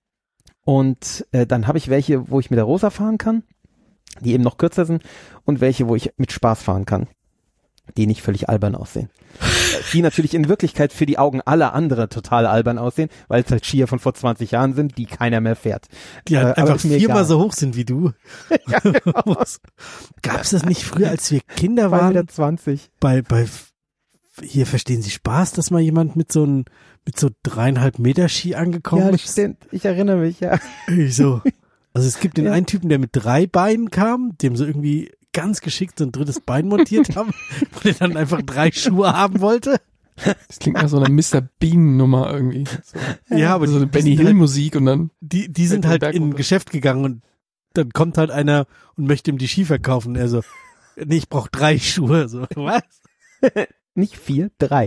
und äh, dann habe ich welche, wo ich mit der Rosa fahren kann, die eben noch kürzer sind, und welche, wo ich mit Spaß fahren kann, die nicht völlig albern aussehen. Die natürlich in Wirklichkeit für die Augen aller anderen total albern aussehen, weil es halt Skier von vor zwanzig Jahren sind, die keiner mehr fährt. Die halt Äh, aber einfach ist mir viermal egal. so hoch sind wie du. Ja, genau. Gab es das nicht früher, als wir Kinder zwei waren? Meter zwanzig. Bei, bei, hier verstehen Sie Spaß, dass mal jemand mit so einem, mit so dreieinhalb Meter Ski angekommen Ja, ist? stimmt. Ich erinnere mich, ja. Irgendwie so. Also es gibt den Ja. einen Typen, der mit drei Beinen kam, dem so irgendwie ganz geschickt so ein drittes Bein montiert haben, wo der dann einfach drei Schuhe haben wollte. Das klingt nach so einer Mister Bean-Nummer irgendwie. So, Ja, aber so eine die, Benny die, sind halt, Hill-Musik und dann die, die sind den halt Berg in ein runter. Geschäft gegangen und dann kommt halt einer und möchte ihm die Ski verkaufen. Er so, nee, ich brauche drei Schuhe. So, was? Nicht vier, drei.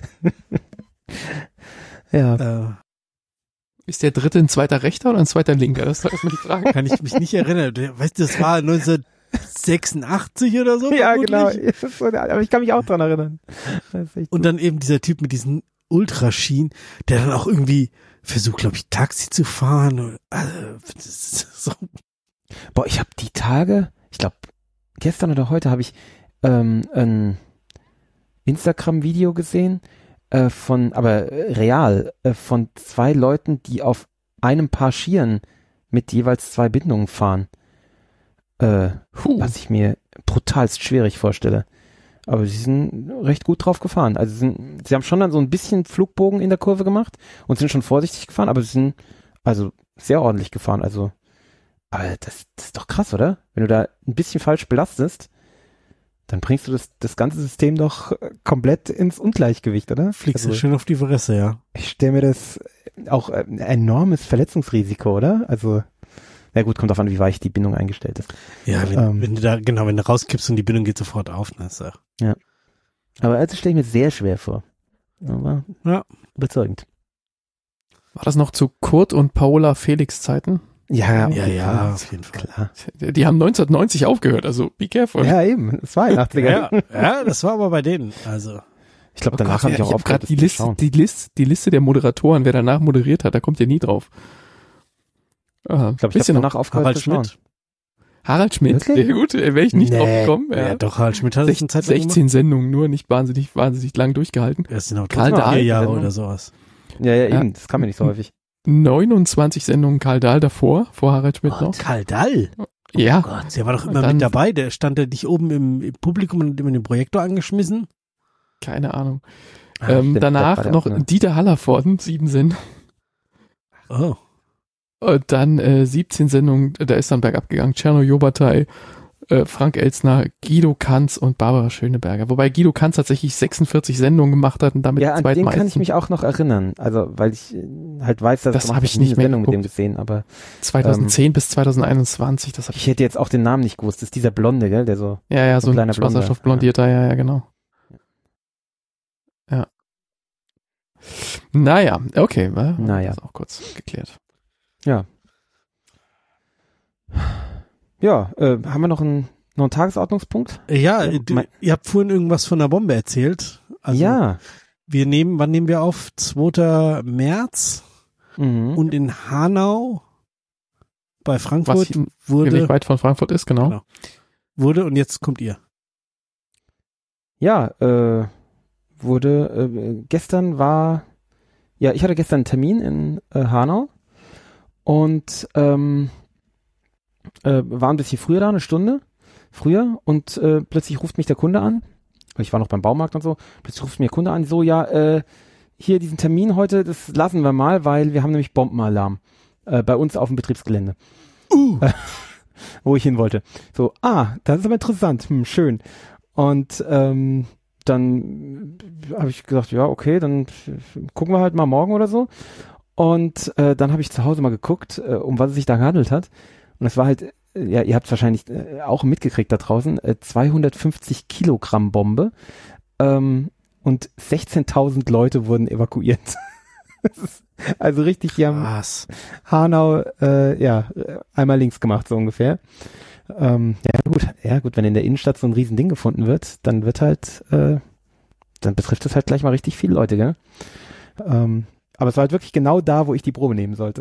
Ja. Äh, ist der dritte ein zweiter Rechter oder ein zweiter Linker? Das ist doch erstmal die Frage. kann ich mich nicht erinnern. Der- Weißt du, das war neunzehnhundertsechsundachtzig oder so. Ja, vermutlich. genau. Das ist so, aber ich kann mich auch dran erinnern. Das ist echt Und dann eben dieser Typ mit diesen Ultraschien, der dann auch irgendwie versucht, glaube ich, Taxi zu fahren. Und, also, das ist so. Boah, ich habe die Tage, ich glaube, gestern oder heute habe ich ähm, ein Instagram-Video gesehen, äh, von, aber äh, real, äh, von zwei Leuten, die auf einem Paar Skiern mit jeweils zwei Bindungen fahren. Äh, Puh. was ich mir brutalst schwierig vorstelle. Aber sie sind recht gut drauf gefahren. Also sie, sind, sie haben schon dann so ein bisschen Flugbogen in der Kurve gemacht und sind schon vorsichtig gefahren, aber sie sind also sehr ordentlich gefahren. Also, aber das, das ist doch krass, oder? Wenn du da ein bisschen falsch belastest, dann bringst du das, das ganze System doch äh, komplett ins Ungleichgewicht, oder? Fliegst du Also, schön auf die Fresse, ja. ich stelle mir das auch äh, ein enormes Verletzungsrisiko, oder? Also, na gut, kommt drauf an, wie weich die Bindung eingestellt ist. Ja, wenn, Ähm. wenn du da, genau, wenn du rauskippst und die Bindung geht sofort auf, dann ist ja. Aber also stelle ich mir sehr schwer vor. Aber Ja. überzeugend. War das noch zu Kurt und Paola Felix Zeiten? Ja, Ja, ja, auf jeden Fall. klar. Die haben neunzehnhundertneunzig aufgehört, also be careful. Ja, eben. Es war in den achtziger. Ja, ja, das war aber bei denen. Also, Ich glaube, Oh danach Gott, habe ich ja, auch hab aufgehört, grad die das zu Liste, schauen. die Liste, die Liste der Moderatoren, wer danach moderiert hat, da kommt ihr nie drauf. Ah, Ich glaube, ich habe bisschen noch. danach aufgehört Harald zu schauen. Schmidt. Harald Schmidt, Wirklich? sehr gut, wäre ich nicht Nee. drauf gekommen. Ja, Ja. doch, Harald Schmidt hat es eine Zeit lang gemacht. sechzehn Sendungen nur, nicht wahnsinnig, wahnsinnig lang durchgehalten. Das sind auch Karl trotzdem Dahl. vier Jahre Sendung. oder sowas. Ja, ja, Ja. eben. Das kam mir nicht so häufig. neunundzwanzig Sendungen Karl Dahl davor, vor Harald Schmidt noch. Karl Dahl. Ja, Gott, der war doch Und immer dann- mit dabei. Der stand da nicht oben im, im Publikum und hat immer den Projektor angeschmissen. keine Ahnung. Ah, ähm, stimmt, danach das war der noch auch, ne? Dieter Hallervorden, sieben Sendungen. Oh. Und dann äh, siebzehn Sendungen, da ist dann bergab gegangen. Tscherno Jobatai, äh, Frank Elstner, Guido Kanz und Barbara Schöneberger. Wobei Guido Kanz tatsächlich sechsundvierzig Sendungen gemacht hat und damit ja, an den zweitmeisten. kann ich mich auch noch erinnern. Also, weil ich äh, halt weiß, dass das habe ich nicht eine mehr Sendung geguckt. mit dem gesehen, aber zweitausendzehn ähm, bis zweitausendeinundzwanzig, das habe ich. ich hätte jetzt auch den Namen nicht gewusst. Das ist dieser Blonde, gell, der so. Ja, ja, so ein kleiner Blonder. Wasserstoffblondierter, ja, ja, genau. Ja. Naja, okay, äh, Naja. das ist auch kurz geklärt. Ja. Ja, äh, haben wir noch einen, noch einen Tagesordnungspunkt? Ja, Ja, du, mein- ihr habt vorhin irgendwas von einer Bombe erzählt. Also ja. wir nehmen, wann nehmen wir auf? zweiter März Mhm. und in Hanau bei Was Frankfurt hier nicht wurde, weit von Frankfurt ist, genau. Genau. wurde und jetzt kommt ihr. Ja, äh, wurde, äh, gestern war, ja, ich hatte gestern einen Termin in äh, Hanau und ähm, äh, war ein bisschen früher da, eine Stunde früher und äh, plötzlich ruft mich der Kunde an. Ich war noch beim Baumarkt und so. Plötzlich ruft mir der Kunde an, so, ja, äh, hier diesen Termin heute, das lassen wir mal, weil wir haben nämlich Bombenalarm äh, bei uns auf dem Betriebsgelände. Uh. Äh, wo ich hin wollte. So, ah, das ist aber interessant, hm, schön. Und ähm, dann habe ich gesagt, ja, okay, dann gucken wir halt mal morgen oder so. Und äh, dann habe ich zu Hause mal geguckt, äh, um was es sich da gehandelt hat. Und es war halt, äh, ja, ihr habt es wahrscheinlich äh, auch mitgekriegt da draußen, äh, zweihundertfünfzig Kilogramm Bombe ähm, und sechzehntausend Leute wurden evakuiert. Das ist also richtig, die haben Was? Hanau, äh, ja, einmal links gemacht, so ungefähr. Ähm, ja gut, ja gut, wenn in der Innenstadt so ein Riesending gefunden wird, dann wird halt, äh, dann betrifft es halt gleich mal richtig viele Leute, gell? Ähm, aber es war halt wirklich genau da, wo ich die Probe nehmen sollte.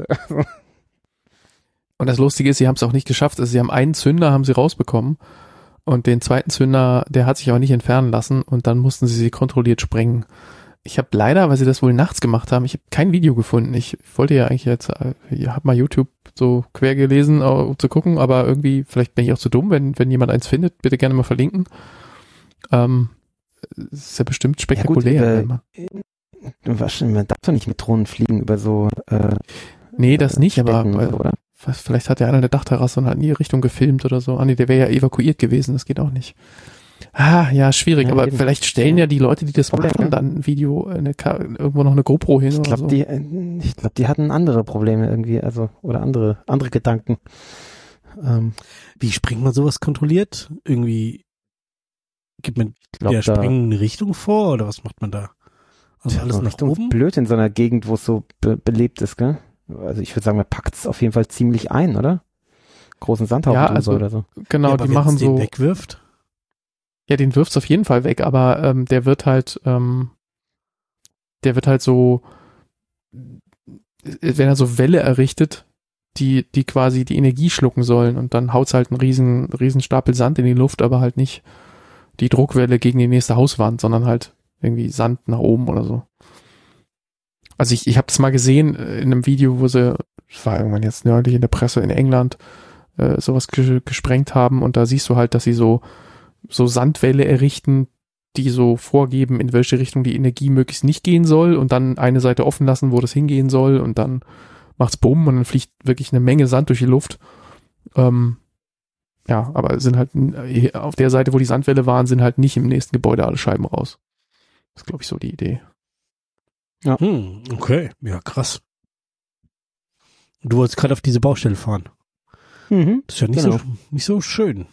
Und das Lustige ist, sie haben es auch nicht geschafft. Also sie haben einen Zünder, haben sie rausbekommen. Und den zweiten Zünder, der hat sich aber nicht entfernen lassen. Und dann mussten sie sie kontrolliert sprengen. Ich habe leider, weil sie das wohl nachts gemacht haben, ich habe kein Video gefunden. Ich wollte ja eigentlich jetzt, ich habe mal YouTube so quer gelesen, um zu gucken, aber irgendwie, vielleicht bin ich auch zu dumm, wenn wenn jemand eins findet, bitte gerne mal verlinken. Ähm, ist ja bestimmt spektakulär. Ja wenn gut, man, äh, was, man darf doch nicht mit Drohnen fliegen über so äh, nee, das nicht, aber Städten weil, und so, oder? was, vielleicht hat der eine eine Dachterrasse und hat in die Richtung gefilmt oder so. Ah nee, der wäre ja evakuiert gewesen, das geht auch nicht. Ah, ja, schwierig, Ja, aber eben. vielleicht stellen ja die Leute, die das Problem, machen, ja. dann ein Video, eine, Ka- irgendwo noch eine GoPro hin Ich oder glaube, so. die, äh, ich glaube, die hatten andere Probleme irgendwie, also oder andere andere Gedanken. Ähm, Wie sprengt man sowas kontrolliert? Irgendwie gibt man ich glaube, der da Sprengen eine Richtung vor oder was macht man da? Also alles so nach Richtung oben? blöd in so einer Gegend, wo es so be belebt ist, gell? Also ich würde sagen, man packt es auf jeden Fall ziemlich ein, oder? Großen Sandhaufen Ja, drüber also- oder so. Genau, Ja, aber die wenn's machen den so. wegwirft? Ja, den wirft's auf jeden Fall weg, aber ähm, der wird halt, ähm, der wird halt so, wenn er so Welle errichtet, die, die quasi die Energie schlucken sollen und dann haut's halt einen riesen, riesen Stapel Sand in die Luft, aber halt nicht die Druckwelle gegen die nächste Hauswand, sondern halt irgendwie Sand nach oben oder so. Also ich, ich habe das mal gesehen äh, in einem Video, wo sie, das war irgendwann jetzt nördlich in der Presse in England, äh, sowas ges- gesprengt haben und da siehst du halt, dass sie so so Sandwelle errichten, die so vorgeben, in welche Richtung die Energie möglichst nicht gehen soll und dann eine Seite offen lassen, wo das hingehen soll und dann macht's bumm und dann fliegt wirklich eine Menge Sand durch die Luft. Ähm, ja, aber es sind halt äh, auf der Seite, wo die Sandwelle waren, sind halt nicht im nächsten Gebäude alle Scheiben raus. Das ist, glaube ich, so die Idee. Hm, okay. Ja, krass. Du wolltest gerade auf diese Baustelle fahren. Mhm. Das ist ja nicht, Genau. so, nicht so schön.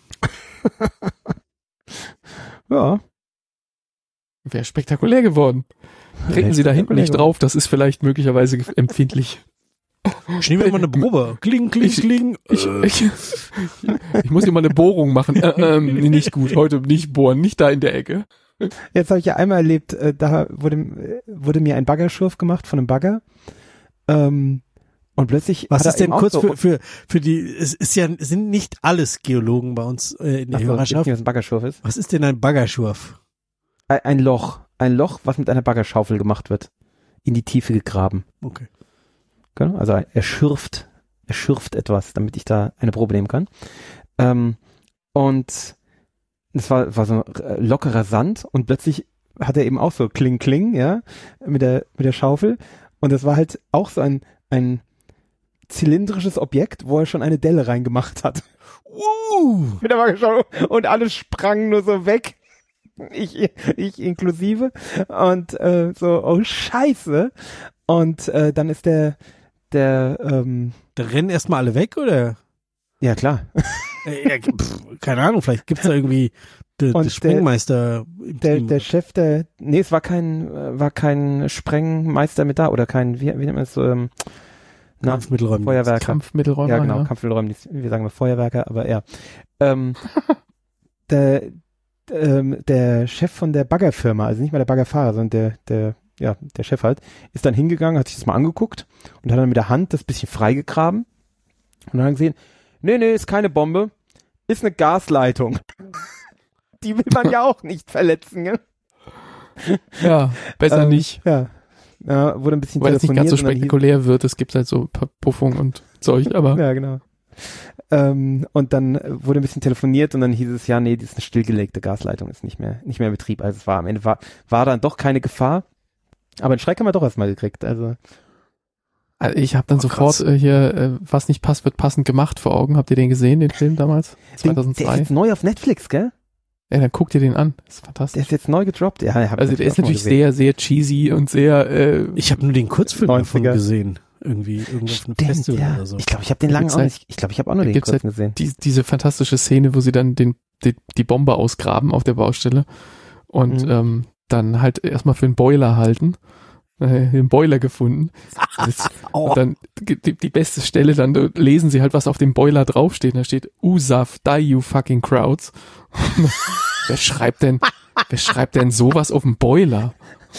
Ja. Wäre spektakulär geworden. Treten Sie da hinten nicht drauf, das ist vielleicht möglicherweise ge- empfindlich. Ich nehme mal eine Probe. Kling, kling, Ich- kling. Ich, Äh, ich, ich muss hier mal eine Bohrung machen. Äh, ähm, nicht gut, heute nicht bohren, nicht da in der Ecke. Jetzt habe ich ja einmal erlebt, äh, da wurde, äh, wurde mir ein Baggerschurf gemacht von einem Bagger. Ähm, und plötzlich Was hat er ist denn eben auch kurz so, für, für, für die, es ist ja, es sind nicht alles Geologen bei uns äh, in der Ach so, wisst ihr, Hörerschaft. was ein Baggerschurf ist? Was ist denn ein Baggerschurf? Ein, ein Loch. Ein Loch, was mit einer Baggerschaufel gemacht wird. In die Tiefe gegraben. Okay. Gell? Also er schürft, er schürft etwas, damit ich da eine Probe nehmen kann. Ähm, und es war, war so äh, lockerer Sand und plötzlich hat er eben auch so Kling Kling, ja, mit der, mit der Schaufel. Und das war halt auch so ein, ein zylindrisches Objekt, wo er schon eine Delle reingemacht hat. Uh. Wieder mal geschaut und alles sprang nur so weg. Ich, ich inklusive. Und äh, so, oh Scheiße. Und äh, dann ist der, der, ähm, Da rennen erstmal alle weg, oder? ja klar. Äh, ja, pff, keine Ahnung, vielleicht gibt's da irgendwie den Und de Sprengmeister im Der, Team. der Chef, der, nee, es war kein, äh, war kein Sprengmeister mit da oder kein, wie, wie nennt man es, ähm, na, Kampfmittelräume. Feuerwerker. Kampfmittelräumer. Ja, genau, ja. Kampfmittelräume, wir sagen wir Feuerwerker, aber ja. Ähm, der, ähm, der Chef von der Baggerfirma, also nicht mal der Baggerfahrer, sondern der, der, ja, der Chef halt, ist dann hingegangen, hat sich das mal angeguckt und hat dann mit der Hand das bisschen freigegraben und dann gesehen, nee, nee, ist keine Bombe, ist eine Gasleitung. Die will man ja auch nicht verletzen, gell? Ja, besser Ähm, nicht. Ja. Ja, wurde ein bisschen Weil es nicht ganz so telefoniert und dann hieß- spektakulär wird. Es gibt halt so Puffung und Zeug, aber Ja, genau. Ähm, und dann wurde ein bisschen telefoniert und dann hieß es, ja, nee, die ist eine stillgelegte Gasleitung, ist nicht mehr, nicht mehr in Betrieb. Also es war am Ende, war, war dann doch keine Gefahr. Aber einen Schreck haben wir doch erstmal gekriegt. Also, also ich habe dann Oh, sofort krass. äh, hier, äh, was nicht passt, wird passend gemacht vor Augen. Habt ihr den gesehen, den Film damals? den, der ist zweitausendzwei. jetzt neu auf Netflix, gell? Ja, dann guckt ihr den an. Das ist Der fantastisch. ist jetzt neu gedroppt. Ja, hab Also der ist auch mal natürlich gesehen. sehr, sehr cheesy und sehr äh, Ich habe nur den Kurzfilm davon neunziger. gesehen. Irgendwie, irgendwo auf einem Stimmt, Festival ja. oder so. Ich glaube, ich habe den Da lange gibt's auch halt- nicht. Ich glaube, ich habe auch nur da den gibt's kurzen halt gesehen. die, diese fantastische Szene, wo sie dann den, die, die Bombe ausgraben auf der Baustelle und Mhm. ähm, dann halt erstmal für einen Boiler halten. Äh, den Boiler gefunden. Das, Oh. Und dann die, die beste Stelle, dann äh, lesen sie halt, was auf dem Boiler draufsteht. Da steht U S A F, die you fucking crowds. Wer schreibt denn, wer schreibt denn sowas auf dem Boiler?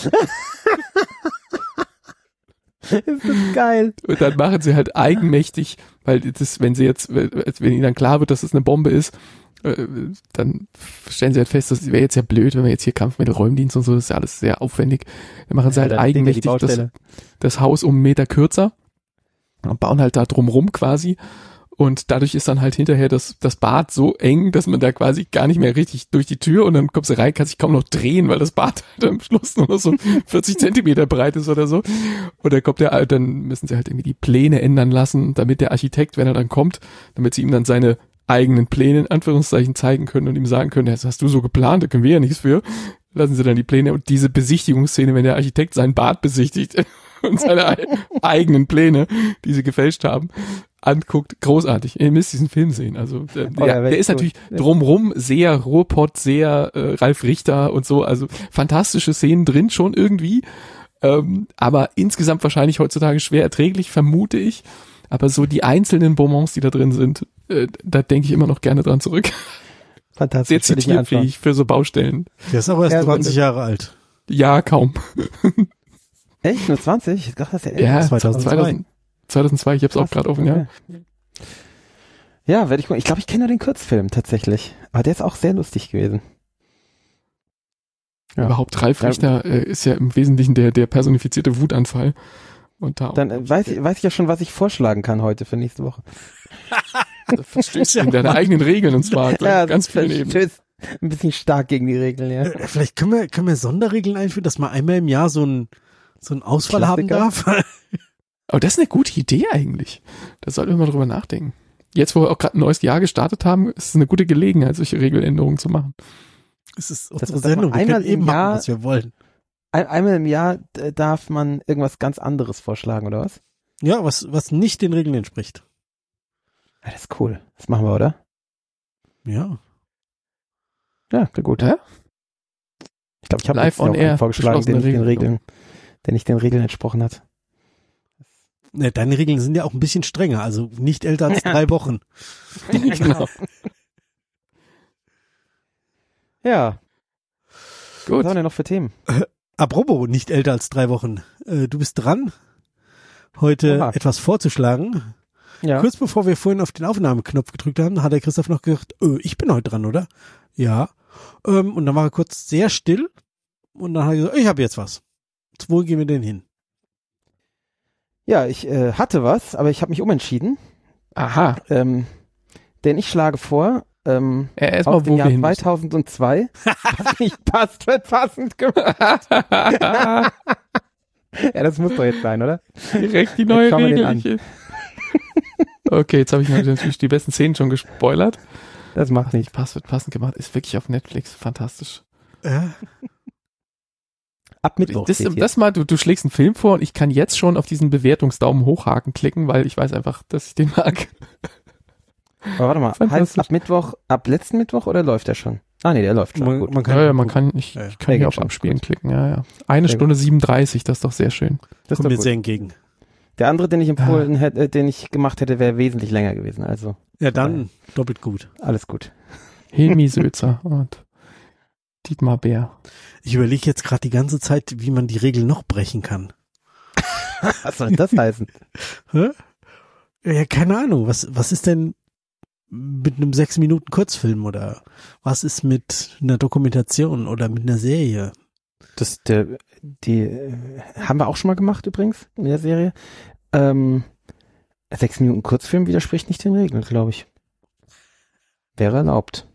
Ist das geil. Und dann machen sie halt eigenmächtig, weil das, wenn sie jetzt, wenn ihnen dann klar wird, dass es eine Bombe ist, äh, dann stellen sie halt fest, das wäre jetzt ja blöd, wenn wir jetzt hier Kampfmittelräumdienst und so, das ist ja alles sehr aufwendig. Dann machen sie halt Ja, dann legen wir die eigenmächtig das, Baustelle. das Haus um einen Meter kürzer und bauen halt da drumrum quasi. Und dadurch ist dann halt hinterher das, das Bad so eng, dass man da quasi gar nicht mehr richtig durch die Tür und dann kommst du rein, kannst dich kaum noch drehen, weil das Bad halt am Schluss nur noch so vierzig Zentimeter breit ist oder so. Und dann kommt der, dann müssen sie halt irgendwie die Pläne ändern lassen, damit der Architekt, wenn er dann kommt, damit sie ihm dann seine eigenen Pläne in Anführungszeichen zeigen können und ihm sagen können, das hast du so geplant, da können wir ja nichts für. Lassen sie dann die Pläne und diese Besichtigungsszene, wenn der Architekt sein Bad besichtigt und seine ei- eigenen Pläne, die sie gefälscht haben, anguckt, großartig. Ihr müsst diesen Film sehen. Also der, Oh, der, ja, der ist gut. natürlich drumrum sehr Ruhrpott, sehr äh, Ralf Richter und so, also fantastische Szenen drin schon irgendwie, ähm, aber insgesamt wahrscheinlich heutzutage schwer erträglich, vermute ich. Aber so die einzelnen Bonbons, die da drin sind, äh, da denke ich immer noch gerne dran zurück. Fantastisch. Sehr werde ich mir anschauen. zitierfähig für so Baustellen. Der ist aber erst Ja, so zwanzig Jahre alt. Ja, kaum. Echt? Nur zwanzig? Ich dachte, das ist Ja, zweitausendzwei. zweitausend, zweitausendzwei, ich hab's auch gerade offen, ja. Ja, werde ich mal. Ich glaube, ich kenne nur den Kurzfilm tatsächlich. Aber der ist auch sehr lustig gewesen. Ja. Überhaupt Ralf Ja. Richter äh, ist ja im Wesentlichen der, der personifizierte Wutanfall. Und da Dann äh, weiß, ich, weiß ich ja schon, was ich vorschlagen kann heute für nächste Woche. verstößt in deine eigenen Regeln und zwar Ja, ganz das viel Leben. verstößt ein bisschen stark gegen die Regeln, ja. Äh, Vielleicht können wir, können wir Sonderregeln einführen, dass man einmal im Jahr so ein so einen Ausfall haben Klassiker? darf. Aber das ist eine gute Idee eigentlich. Da sollten wir mal drüber nachdenken. Jetzt, wo wir auch gerade ein neues Jahr gestartet haben, ist es eine gute Gelegenheit, solche Regeländerungen zu machen. Es ist Das unsere muss aber Sendung. Wir einmal können eben im machen, Jahr- was wir wollen. Ein, einmal im Jahr äh, darf man irgendwas ganz anderes vorschlagen, oder was? Ja, was, was nicht den Regeln entspricht. Ja, das ist cool. Das machen wir, oder? Ja. Ja, na gut. Ja? Ich glaube, ich habe Live jetzt noch on einen air, vorgeschlagen, der beschlossene nicht, den Regelung. Regeln, der nicht den Regeln entsprochen hat. Ne, deine Regeln sind ja auch ein bisschen strenger, also nicht älter als drei Wochen. Genau. Ja, was Gut. haben wir denn noch für Themen? Apropos nicht älter als drei Wochen. Äh, du bist dran, heute Oha. etwas vorzuschlagen. Ja. Kurz bevor wir vorhin auf den Aufnahmeknopf gedrückt haben, hat der Christoph noch gesagt, öh, ich bin heute dran, oder? Ja. Ähm, und dann war er kurz sehr still und dann hat er gesagt, ich habe jetzt was. Wo gehen wir denn hin? Ja, ich äh, hatte was, aber ich habe mich umentschieden. Aha. Ähm, denn ich schlage vor, ähm, Ja, aus erstmal, dem wo wir Jahr hin müssen. zweitausendzwei, was nicht passt, wird passend gemacht. Ja, das muss doch jetzt sein, oder? Direkt die neue Jetzt schauen wir den Regel. an. Okay, jetzt habe ich natürlich die besten Szenen schon gespoilert. Das macht nichts. Pass wird passend gemacht. Ist wirklich auf Netflix. Fantastisch. Ja. Ab Mittwoch. Das, das mal, du, du schlägst einen Film vor und ich kann jetzt schon auf diesen Bewertungsdaumen hochhaken klicken, weil ich weiß einfach, dass ich den mag. Aber warte mal, heißt ab Mittwoch, ab letzten Mittwoch oder läuft der schon? Ah nee, der läuft schon. Man, Gut. man kann, Ja, ja, man kann, ich, Ja, ich kann hier auf schon. Abspielen klicken, ja, ja. Eine Sehr Stunde siebenunddreißig, das ist doch sehr schön. Das ist kommt doch mir gut. sehr entgegen. Der andere, den ich empfohlen hätte, äh, den ich gemacht hätte, wäre wesentlich länger gewesen. Also Ja, dann doppelt gut. alles gut. Hilmi Sölzer und Dietmar Bär. Ich überlege jetzt gerade die ganze Zeit, wie man die Regel noch brechen kann. Was soll das heißen? Hä? Ja, keine Ahnung. Was, was ist denn mit einem sechs Minuten Kurzfilm oder was ist mit einer Dokumentation oder mit einer Serie? Das, der, die äh, haben wir auch schon mal gemacht übrigens in der Serie. Ähm, sechs Minuten Kurzfilm widerspricht nicht den Regeln, glaube ich. Wäre erlaubt.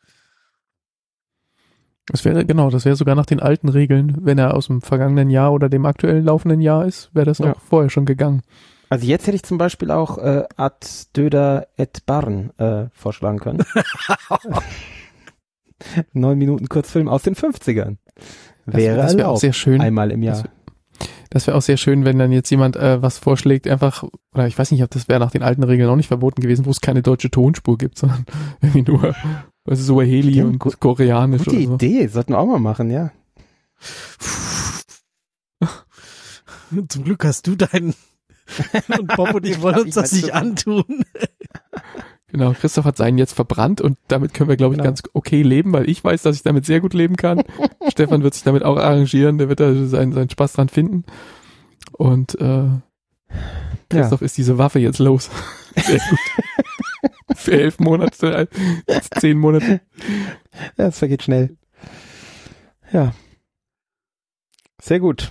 Das wäre, genau, das wäre sogar nach den alten Regeln, wenn er aus dem vergangenen Jahr oder dem aktuellen laufenden Jahr ist, wäre das Ja. auch vorher schon gegangen. Also jetzt hätte ich zum Beispiel auch äh, Ad Döder et Barn äh, vorschlagen können. Neun Minuten Kurzfilm aus den fünfzigern. Das, Wäre das wäre auch erlaubt. sehr schön. Einmal im Jahr. Das, das wäre auch sehr schön, wenn dann jetzt jemand äh, was vorschlägt, einfach, oder ich weiß nicht, ob das wäre nach den alten Regeln auch nicht verboten gewesen, wo es keine deutsche Tonspur gibt, sondern irgendwie nur also Swahili Stimmt, und gut- Koreanisch Gute oder so. Idee, sollten wir auch mal machen, ja. Zum Glück hast du deinen und Bob und ich wollen uns das nicht antun. Genau, Christoph hat seinen jetzt verbrannt und damit können wir, glaube ich, Genau. ganz okay leben, weil ich weiß, dass ich damit sehr gut leben kann. Stefan wird sich damit auch arrangieren, der wird da seinen, seinen Spaß dran finden. Und äh, Christoph ist diese Waffe jetzt los. Sehr gut. Für elf Monate, jetzt zehn Monate. Ja, es vergeht schnell. Ja. Sehr gut.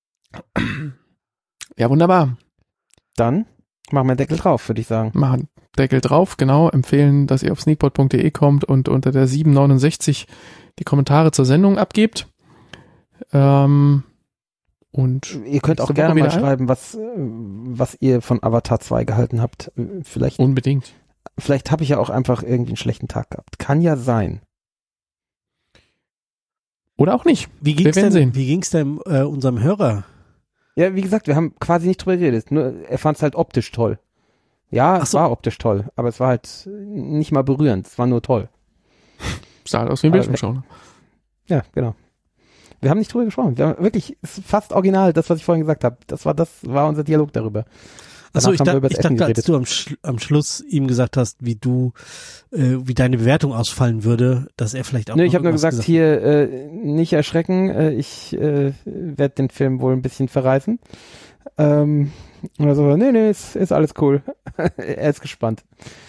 Ja, wunderbar. Dann machen wir den Deckel drauf, würde ich sagen. Machen Deckel drauf, genau. Empfehlen, dass ihr auf sneakpot punkt de kommt und unter der sieben neunundsechzig die Kommentare zur Sendung abgebt. Ähm, und Ihr könnt auch nächste gerne Woche mal wieder ein. schreiben, was, äh, was ihr von Avatar zwei gehalten habt. Äh, Vielleicht, Unbedingt. vielleicht habe ich ja auch einfach irgendwie einen schlechten Tag gehabt. Kann ja sein. Oder auch nicht. Wie Wir ging's werden denn, sehen. wie ging's denn äh, unserem Hörer? Ja, wie gesagt, wir haben quasi nicht drüber geredet. Nur er fand es halt optisch toll. Ja, Ach es so. war optisch toll, aber es war halt nicht mal berührend. Es war nur toll. Sah halt aus wie ein Aber- Bildschirmschauer. Ja, genau. Wir haben nicht drüber gesprochen. Wir haben wirklich, es ist fast original, das, was ich vorhin gesagt habe. Das war, das war unser Dialog darüber. Achso, ich, Danach haben wir dacht, über das ich Essen dachte, als geredet. du am, Schl am Schluss ihm gesagt hast, wie du, äh, wie deine Bewertung ausfallen würde, dass er vielleicht auch Nö, noch ich habe nur irgendwas gesagt, hier äh, nicht erschrecken. Äh, ich äh, werde den Film wohl ein bisschen verreißen. Ähm, oder so, nee, nee, ist, ist alles cool. Er ist gespannt.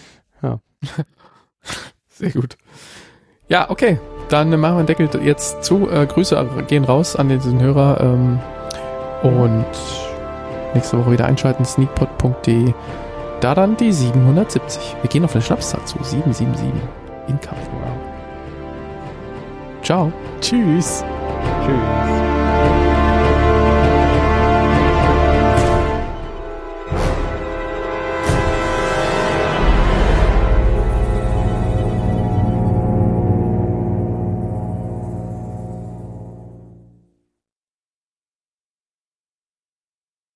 Sehr gut. Ja, okay. Dann machen wir den Deckel jetzt zu. Äh, Grüße gehen raus an diesen Hörer. Ähm, und nächste Woche wieder einschalten. sneakpot punkt de. Da dann die siebenhundertsiebzig. Wir gehen auf eine Schnapszahl zu. sieben sieben sieben. Incoming. Ciao. Tschüss. Tschüss.